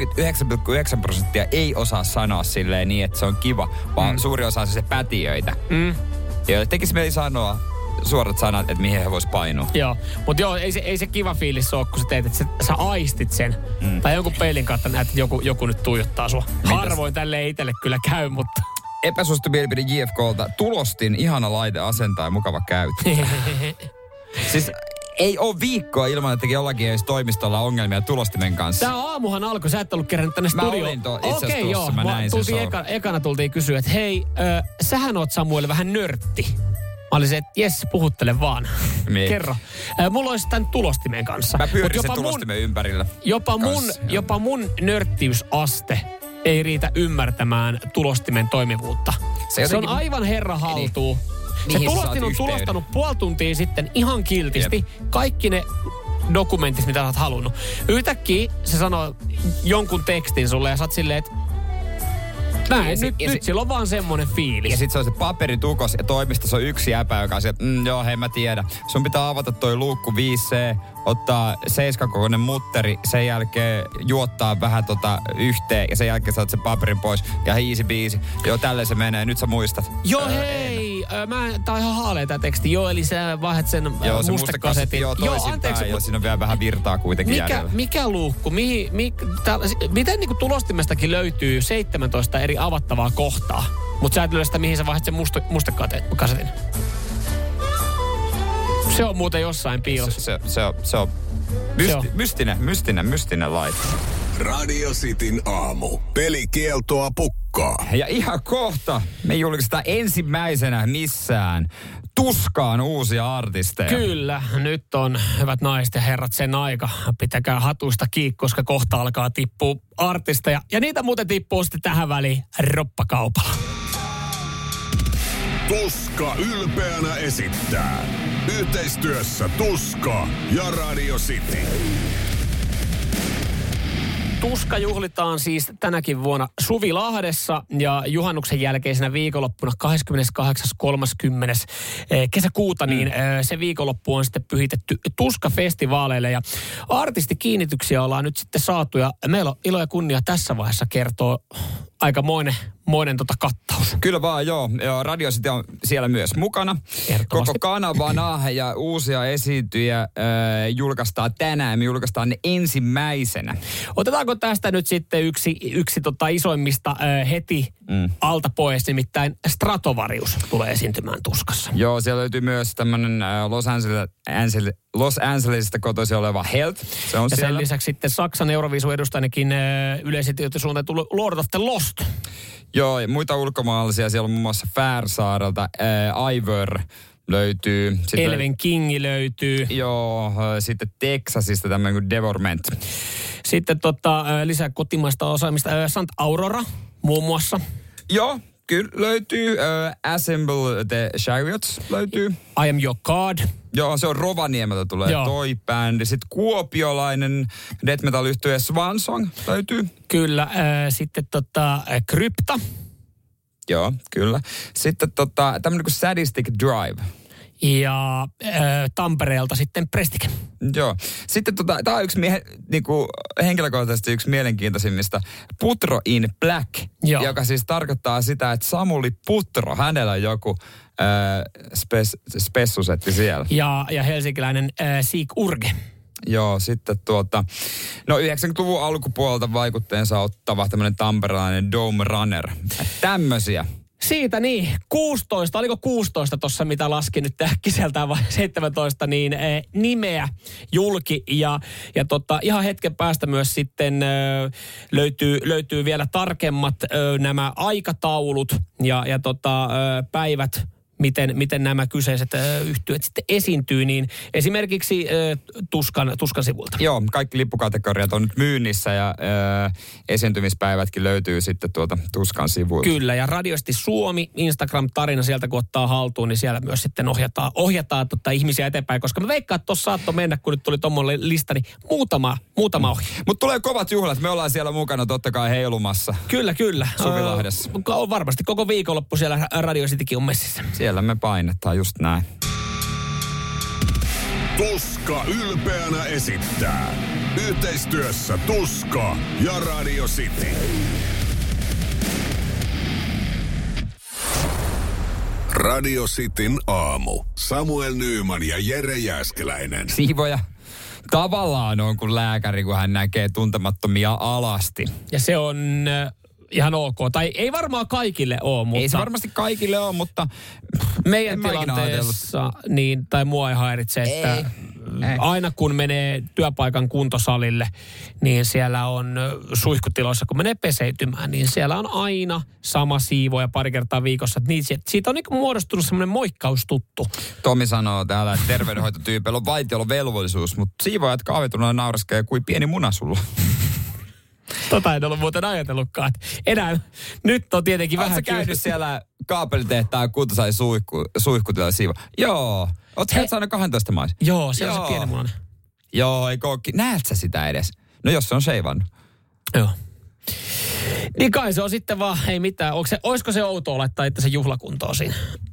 Speaker 1: ei osaa sanoa silleen niin, että se on kiva, vaan suuri osa on se pätiöitä. Ja tekisi mieli sanoa suorat sanat, että mihin he vois painua.
Speaker 2: Joo, mutta ei se kiva fiilis ole, kun sä teet, että sä aistit sen. Tai jonkun peilin kautta näet, että joku nyt tuijottaa sua. Harvoin tälleen itselle kyllä käy, mutta...
Speaker 1: Epäsuosittu mielipide JFKlta. Tulostin, ihana laite asentaa ja mukava käyttää. Siis ei ole viikkoa ilman, että jollakin ei toimistolla ongelmia tulostimen kanssa.
Speaker 2: Tää aamuhan alkoi, sä et ollut kerännyt tänne studioon.
Speaker 1: Mä olin itse asiassa tuossa, mä näin sen
Speaker 2: ekana tultiin kysyä, että hei, sähän oot Samuel vähän nörtti. Mä olin se, että jes, puhuttele vaan. Kerro. Mulla olisi tämän tulostimen kanssa.
Speaker 1: Mä pyörin sen tulostimen ympärillä.
Speaker 2: Jopa mun nörttiysaste ei riitä ymmärtämään tulostimen toimivuutta. Se on aivan herra haltuu. Se tulostin on tulostanut puoli tuntia sitten ihan kiltisti kaikki ne dokumentit, mitä sä oot halunnut. Yhtäkkiä se sanoo jonkun tekstin sulle ja sä oot silleen, että nyt sillä on vaan semmonen fiilis.
Speaker 1: Ja sit se on se paperitukos ja toimistossa on yksi jäpä, joka on se, joo hei mä tiedän. Sun pitää avata toi luukku 5C, ottaa 7-kokoinen mutteri, sen jälkeen juottaa vähän yhteen ja sen jälkeen saat sen paperin pois. Ja easy biisi. Joo, tälleen se menee. Nyt sä muistat.
Speaker 2: Joo hei, tää on ihan haalea tää teksti. Joo, eli sä vaihdat sen mustekasetin.
Speaker 1: Joo, toisinpäin. Joo, siinä on vielä vähän virtaa kuitenkin jäljellä.
Speaker 2: Mikä luukku? Miten niinku tulostimestakin löytyy 17 eri avattavaa kohtaa, mutta sä et löydä sitä, mihin sä vaihdat sen mustekasetin. Se on muuten jossain piilossa.
Speaker 1: Se on mystinen laite.
Speaker 3: Radio Cityn aamu. Pelikieltoa pukkaa.
Speaker 1: Ja ihan kohta me julkistetaan ensimmäisenä missään tuskaan uusia artisteja.
Speaker 2: Kyllä, nyt on, hyvät naiset ja herrat, sen aika. Pitäkää hatusta kiinni, koska kohta alkaa tippua artisteja. Ja niitä muuten tippuu sitten tähän väliin roppakaupalla.
Speaker 3: Tuska ylpeänä esittää. Yhteistyössä Tuska ja Radio City.
Speaker 2: Tuska juhlitaan siis tänäkin vuonna Suvilahdessa ja juhannuksen jälkeisenä viikonloppuna 28.30. kesäkuuta, niin se viikonloppu on sitten pyhitetty Tuska-festivaaleille ja artistikiinnityksiä ollaan nyt sitten saatu ja meillä on ilo ja kunnia tässä vaiheessa kertoa aikamoinen kattaus.
Speaker 1: Kyllä vaan, joo. Radio City on siellä myös mukana. Koko kanavana ja uusia esiintyjä julkaistaan tänään. Me julkaistaan ne ensimmäisenä.
Speaker 2: Otetaanko tästä nyt sitten yksi isoimmista heti alta pois, nimittäin Stratovarius tulee esiintymään Tuskassa.
Speaker 1: Joo, siellä löytyy myös tämmöinen Los Angelesista kotoisin oleva Health. Se on
Speaker 2: ja
Speaker 1: siellä.
Speaker 2: Sen lisäksi sitten Saksan Euroviisun edustajanakin yleisesti suunniteltu Lord of the Lost.
Speaker 1: Joo, ja muita ulkomaalaisia. Siellä on muun muassa Färsaarelta Ivor löytyy. Sitten
Speaker 2: Elven Kingi löytyy.
Speaker 1: Joo, sitten Texasista tämmöinen kuin Devorment.
Speaker 2: Sitten lisää kotimaista osaamista Sant Aurora muun muassa.
Speaker 1: Joo, kyllä löytyy. Assemble the Chariots löytyy.
Speaker 2: I Am Your God.
Speaker 1: Joo, se on Rovaniemeltä tulee toi bändi. Sitten kuopiolainen death metal-yhtye Swansong löytyy.
Speaker 2: Kyllä, sitten Krypta.
Speaker 1: Joo, kyllä. Sitten tämmöinen kuin Sadistic Drive.
Speaker 2: Ja Tampereelta sitten Prestike.
Speaker 1: Joo. Sitten tämä on yksi henkilökohtaisesti yksi mielenkiintoisimmista. Putro in Black, joka siis tarkoittaa sitä, että Samuli Putro, hänellä on joku spessusetti siellä.
Speaker 2: Ja helsinkiläinen Siik Urge.
Speaker 1: Joo, sitten 90-luvun alkupuolelta vaikutteensa ottava tämmöinen tamperelainen Dome Runner. Tämmöisiä.
Speaker 2: Siitä niin, 16, oliko 16 tuossa, mitä laskin nyt äkkiseltään vai 17, niin nimeä julki ja ihan hetken päästä myös sitten löytyy vielä tarkemmat nämä aikataulut ja päivät, miten nämä kyseiset yhtyeet sitten esiintyy, niin esimerkiksi Tuskan sivulta.
Speaker 1: Joo, kaikki lippukategoriat on nyt myynnissä ja esiintymispäivätkin löytyy sitten tuolta Tuskan sivuilta.
Speaker 2: Kyllä, ja Radiosti Suomi, Instagram-tarina sieltä kun ottaa haltuun, niin siellä myös sitten ohjataan ihmisiä eteenpäin, koska mä veikkaan, että tuossa saattoi mennä, kun nyt tuli tommoinen lista, niin muutama ohi.
Speaker 1: Mutta tulee kovat juhlat, me ollaan siellä mukana totta kai heilumassa.
Speaker 2: Kyllä.
Speaker 1: Suvilahdessa.
Speaker 2: Varmasti koko viikonloppu siellä Radio Citykin on messissä.
Speaker 1: Siellä me painetaan just näin.
Speaker 3: Tuska ylpeänä esittää. Yhteistyössä Tuska ja Radio City. Radio Cityn aamu. Samuel Nyyman ja Jere Jääskeläinen.
Speaker 1: Siivoja tavallaan on kuin lääkäri, kun hän näkee tuntemattomia alasti.
Speaker 2: Ja se on ihan ok. Tai ei varmaan kaikille ole, mutta...
Speaker 1: Ei se varmasti kaikille ole, mutta...
Speaker 2: Meidän tilanteessa, niin, tai mua ei häiritse, että aina kun menee työpaikan kuntosalille, niin siellä on suihkutiloissa, kun menee peseytymään, niin siellä on aina sama siivoja pari kertaa viikossa. Siitä on niin muodostunut semmoinen moikkaustuttu.
Speaker 1: Tomi sanoo täällä, että terveydenhoitotyypeillä on vaitiolovelvollisuus, mutta siivoajat kahvitunnilla nauraskee kuin pieni muna sulla.
Speaker 2: En ollut muuten ajatellutkaan. Enää nyt on tietenkin vähän...
Speaker 1: Oletko käynyt siellä kaapelitehtaan kuntosai suihkutilalla siivo? Joo. Oletko saanut 12 mais?
Speaker 2: Joo, se on se pieni munainen.
Speaker 1: Joo, ei kookki. Näet sä sitä edes? No jos se on sheivannut.
Speaker 2: Joo. Niin kai se on sitten vaan, ei mitään. Olisiko se outoa laittaa itse se juhlakuntoon siinä?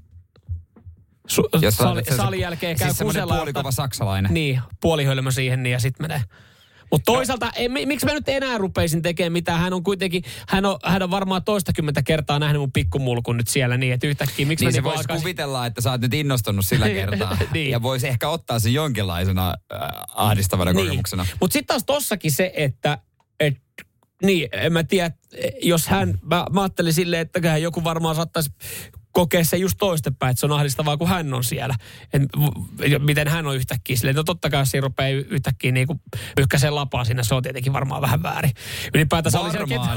Speaker 2: Salin jälkeen käy
Speaker 1: siis kusella. Puolikova saksalainen.
Speaker 2: Niin, puolihölmö siihen niin ja sitten menee. Mutta toisaalta, miksi mä nyt enää rupeisin tekemään mitään? Hän on kuitenkin, hän on varmaan toistakymmentä kertaa nähnyt mun pikkumulkun nyt siellä niin, että yhtäkkiä... Miksi
Speaker 1: niin se voisi kuvitella, että sä oot nyt innostunut sillä kertaa. Niin. Ja voisi ehkä ottaa sen jonkinlaisena ahdistavana kokemuksena.
Speaker 2: Mutta sitten taas tossakin se, että niin, en mä tiedä, jos mä ajattelin silleen, että joku varmaan saattaisi kokea se just toistepäin, että se on ahdistavaa, kun hän on siellä. Miten hän on yhtäkkiä silleen. No totta kai, jos siinä rupeaa yhtäkkiä niinku pyyhkäiseen lapaa siinä, se on tietenkin varmaan vähän väärin. Ylipäätänsä oli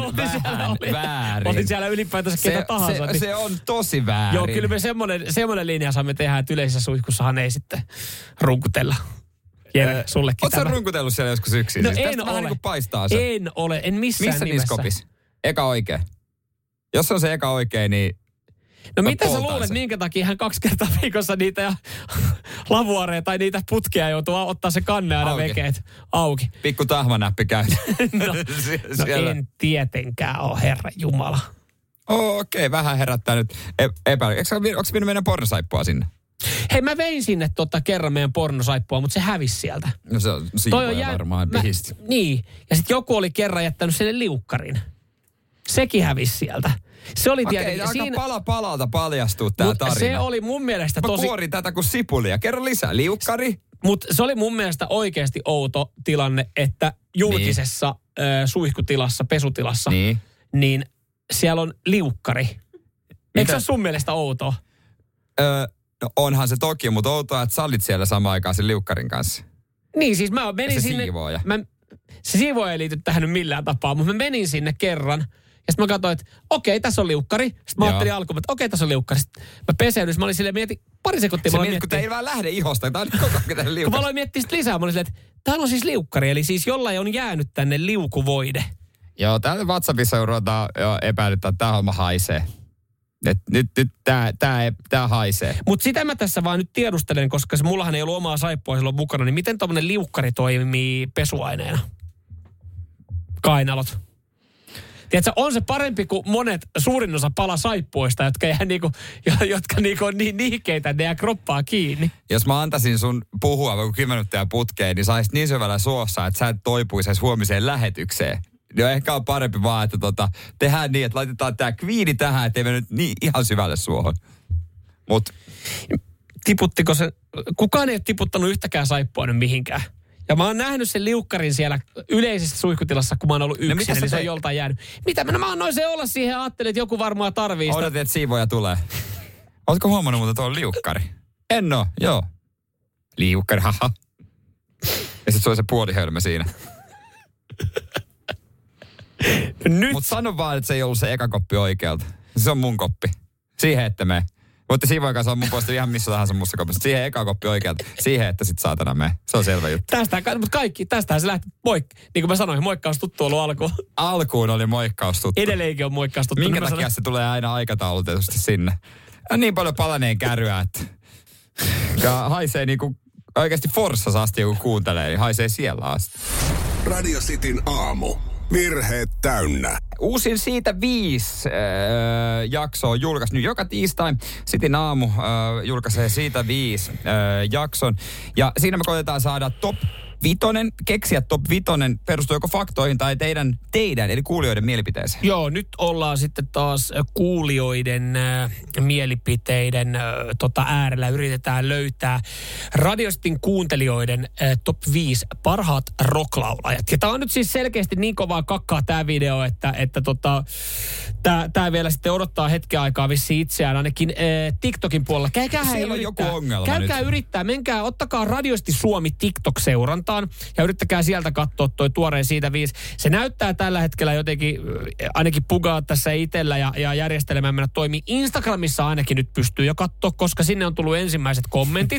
Speaker 2: siellä ylipäätänsä ketä tahansa.
Speaker 1: Se on tosi väärin.
Speaker 2: Joo, kyllä me semmoinen linja saamme tehdä, että yleisessä suihkussahan ei sitten runkutella. Jere, sullekin
Speaker 1: ootko sä runkutellut siellä joskus yksin?
Speaker 2: No
Speaker 1: siis
Speaker 2: en ole.
Speaker 1: Vähän niin kuin paistaa se.
Speaker 2: En ole, en missään
Speaker 1: missä
Speaker 2: nimessä.
Speaker 1: Missä niissä kopis? Eka oikein. Jos on se eka oikein, niin...
Speaker 2: No mitä sä luulet, minkä takia hän 2 kertaa viikossa niitä ja lavuareja tai niitä putkia joutuu ottaa se kanne aina vekeet auki?
Speaker 1: Pikku tahmanäppi käy.
Speaker 2: no en tietenkään ole, Herra Jumala.
Speaker 1: Okei, vähän herättää nyt epäily. Onko se mennyt meidän pornosaippua sinne?
Speaker 2: Hei, mä vein sinne kerran meidän pornosaippua, mutta se hävisi sieltä.
Speaker 1: No se on siivoja varmaan pihisti.
Speaker 2: Niin, ja sitten joku oli kerran jättänyt sinne liukkarin. Sekin hävisi sieltä. Se oli
Speaker 1: okei, aika palalta paljastuu tää tarina.
Speaker 2: Se oli mun mielestä
Speaker 1: mä kuorin tätä kuin sipulia. Kerro lisää. Liukkari.
Speaker 2: Mutta se oli mun mielestä oikeasti outo tilanne, että julkisessa suihkutilassa, pesutilassa, niin siellä on liukkari. Eikö se ole sun mielestä outoa?
Speaker 1: No onhan se toki, mutta outoa, että sä olit siellä samaan aikaan sen liukkarin kanssa.
Speaker 2: Niin, siis mä menin sinne...
Speaker 1: Siivoja.
Speaker 2: Se siivoja ei liity tähän millään tapaa, mutta mä menin sinne kerran. Ja sitten mä katsoin, että okei, tässä on liukkari. Sitten mä ajattelin alkuun, että okei, tässä on liukkari. Sitten mä peseydyin, mä olin silleen mietin pari sekuntia.
Speaker 1: Se mietit, kun te ei vaan lähde ihosta. Tää on nyt koko ajan liukkari.
Speaker 2: Kun mä aloin miettiä sitten lisää, mä olin silleen, että täällä on siis liukkari. Eli siis jollain on jäänyt tänne liukuvoide.
Speaker 1: Joo, täällä WhatsAppissa ruvetaan jo epäilyttää, että tää homma haisee. Nyt tää haisee.
Speaker 2: Mutta sitä mä tässä vaan nyt tiedustelen, koska mullahan ei ollut omaa saippua silloin mukana, niin miten tommonen liukkari toimii pesuaineena? Kainalot. Tiedätkö, on se parempi kuin suurin osa palasaippuista, jotka on niin nihkeitä, ne jää kroppaa kiinni.
Speaker 1: Jos mä antaisin sun puhua vaikka 10 minuuttia putkeen, niin saisit niin syvällä suossa, että sä et toipuisi edes huomiseen lähetykseen. Niin ehkä on parempi vaan, että tehdään niin, että laitetaan tää kviini tähän, ettei me nyt niin ihan syvälle suohon. Mut.
Speaker 2: Tiputtiko se? Kukaan ei ole tiputtanut yhtäkään saippua nyt mihinkään. Ja mä oon nähnyt sen liukkarin siellä yleisessä suihkutilassa, kun mä oon ollut yksin, eli se on joltain jäänyt. Mitä mä annoin se olla siihen ja ajattelin, että joku varmaan tarvii sitä.
Speaker 1: Odotin, että siivoja tulee. Ootko huomannut muuten tuon liukkari? En oo, joo. Liukkari, haha. Ja sit se oli se puolihölmö siinä. Nyt. Mut sano vaan, että se ei ollut se eka koppi oikealta. Se on mun koppi. Siihen ette me. Voitte Siivojen kanssa olla mun puolesta ihan missä tahansa musta kopissa. Siihen eka koppi oikealta. Siihen, että sit saatana mene. Se on selvä juttu.
Speaker 2: Tästähän se lähti. Niin kuin mä sanoin, moikkaus tuttu ollut alkuun.
Speaker 1: Alkuun oli moikkaus tuttu.
Speaker 2: Edelleenkin on moikkaus tuttu.
Speaker 1: Minkä takia se tulee aina aikataulutetusti sinne? On niin paljon palaneen käryä, että haisee niinku oikeasti Forssassa asti joku kuuntelee, niin haisee siellä asti.
Speaker 3: Radio Cityn aamu. Virheet täynnä.
Speaker 1: Uusin siitä 5 jaksoa on julkaissut. Joka tiistai Cityn aamu julkaisee siitä 5 jakson. Ja siinä me koitetaan saada keksiä top 5 perustuu joko faktoihin tai teidän eli kuulijoiden mielipiteeseen.
Speaker 2: Joo, nyt ollaan sitten taas kuulijoiden mielipiteiden äärellä. Yritetään löytää Radio Cityn kuuntelijoiden top 5 parhaat rocklaulajat. Ja tää on nyt siis selkeästi niin kovaa kakkaa tää video, että tää vielä sitten odottaa hetken aikaa vissiin itseään ainakin TikTokin puolella. Käykää yrittää, menkää, ottakaa Radio City Suomi TikTok-seurantaan ja yrittäkää sieltä katsoa toi tuoreen siitä 5. Se näyttää tällä hetkellä jotenkin, ainakin pugaa tässä itsellä ja järjestelmään mennä toimii. Instagramissa ainakin nyt pystyy jo katsoa, koska sinne on tullut ensimmäiset kommentit.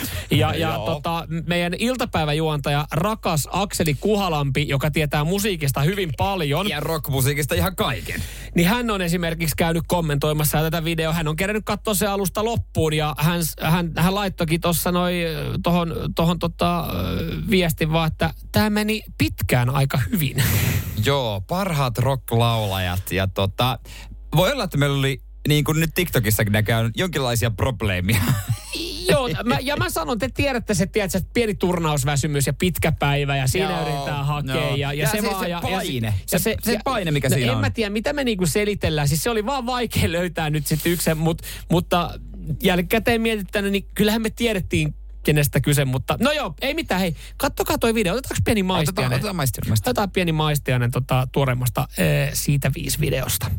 Speaker 2: Meidän iltapäiväjuontaja rakas Akseli Kuhalampi, joka tietää musiikista hyvin paljon.
Speaker 1: Ja rockmusiikista ihan kaiken.
Speaker 2: Niin hän on esimerkiksi käynyt kommentoimassa tätä videoa. Hän on kerännyt katsoa se alusta loppuun ja hän laittoikin tuossa tohon viestin vaan, että tämä meni pitkään aika hyvin.
Speaker 1: Joo, parhaat rocklaulajat ja voi olla, että meillä oli niin kuin nyt TikTokissakin näkyy jonkinlaisia probleemia.
Speaker 2: Joo, mä sanon, te tiedätte se, että pieni turnausväsymys ja pitkä päivä ja siinä yritetään hakea. Ja se paine.
Speaker 1: Se paine, mikä siinä on.
Speaker 2: En mä tiedä, mitä me niinku selitellään. Siis se oli vaan vaikea löytää nyt sitten yksen, mutta jälkikäteen mietitään, niin kyllähän me tiedettiin, kenestä kyse, mutta no joo, ei mitään, hei, kattokaa toi video, otetaanko pieni maistiainen? Otetaan pieni maistiainen tuoreimmasta siitä 5 videosta.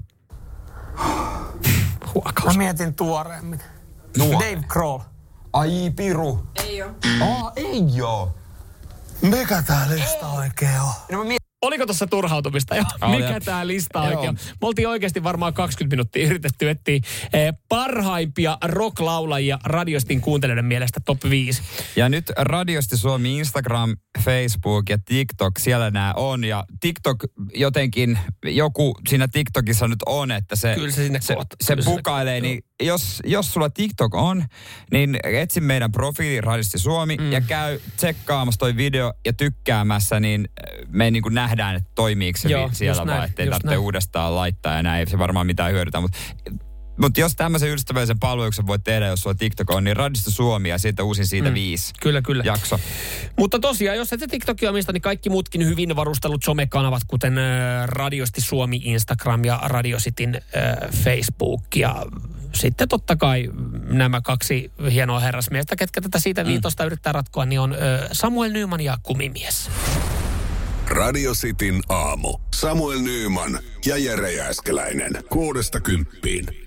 Speaker 2: Huokaus. Mä mietin tuoreemmin. Dave Grohl.
Speaker 1: Ai piru.
Speaker 5: Ei oo.
Speaker 1: Ei oo.
Speaker 2: Mikä tää lista oikein on? Oliko tuossa turhautumista jo? Mikä tää lista oikein on? Me oltiin oikeasti varmaan 20 minuuttia yritetty etsiä parhaimpia rocklaulajia Radio Cityn kuuntelijoiden mielestä top 5.
Speaker 1: Ja nyt Radio City Suomi, Instagram, Facebook ja TikTok, siellä nämä on. Ja TikTok jotenkin, joku siinä TikTokissa nyt on, että se bukailee. Niin jos sulla TikTok on, niin etsi meidän profiili Radio City Suomi ja käy tsekkaamassa toi video ja tykkäämässä, niin me ei niin kuin nähdään, että toimiiko se siellä vai, ettei tarvitse uudestaan laittaa ja näin. Ei se varmaan mitään hyödytä, mutta jos tämmöisen ystävällisen palveluksen voit tehdä, jos sulla TikTok on, niin Radio City Suomi ja siitä uusin siitä 5
Speaker 2: kyllä.
Speaker 1: jakso.
Speaker 2: Mutta tosiaan, jos ette TikTokia omista, niin kaikki muutkin hyvin varustellut somekanavat, kuten Radio City Suomi, Instagram ja Radio Cityn Facebook. Ja sitten totta kai nämä 2 hienoa herrasmiestä, ketkä tätä siitä 5 yrittää ratkoa, niin on Samuel Nyman ja Kumimies.
Speaker 3: Radio Cityn aamu. Samuel Nyman ja Jere Jääskeläinen. 6–10.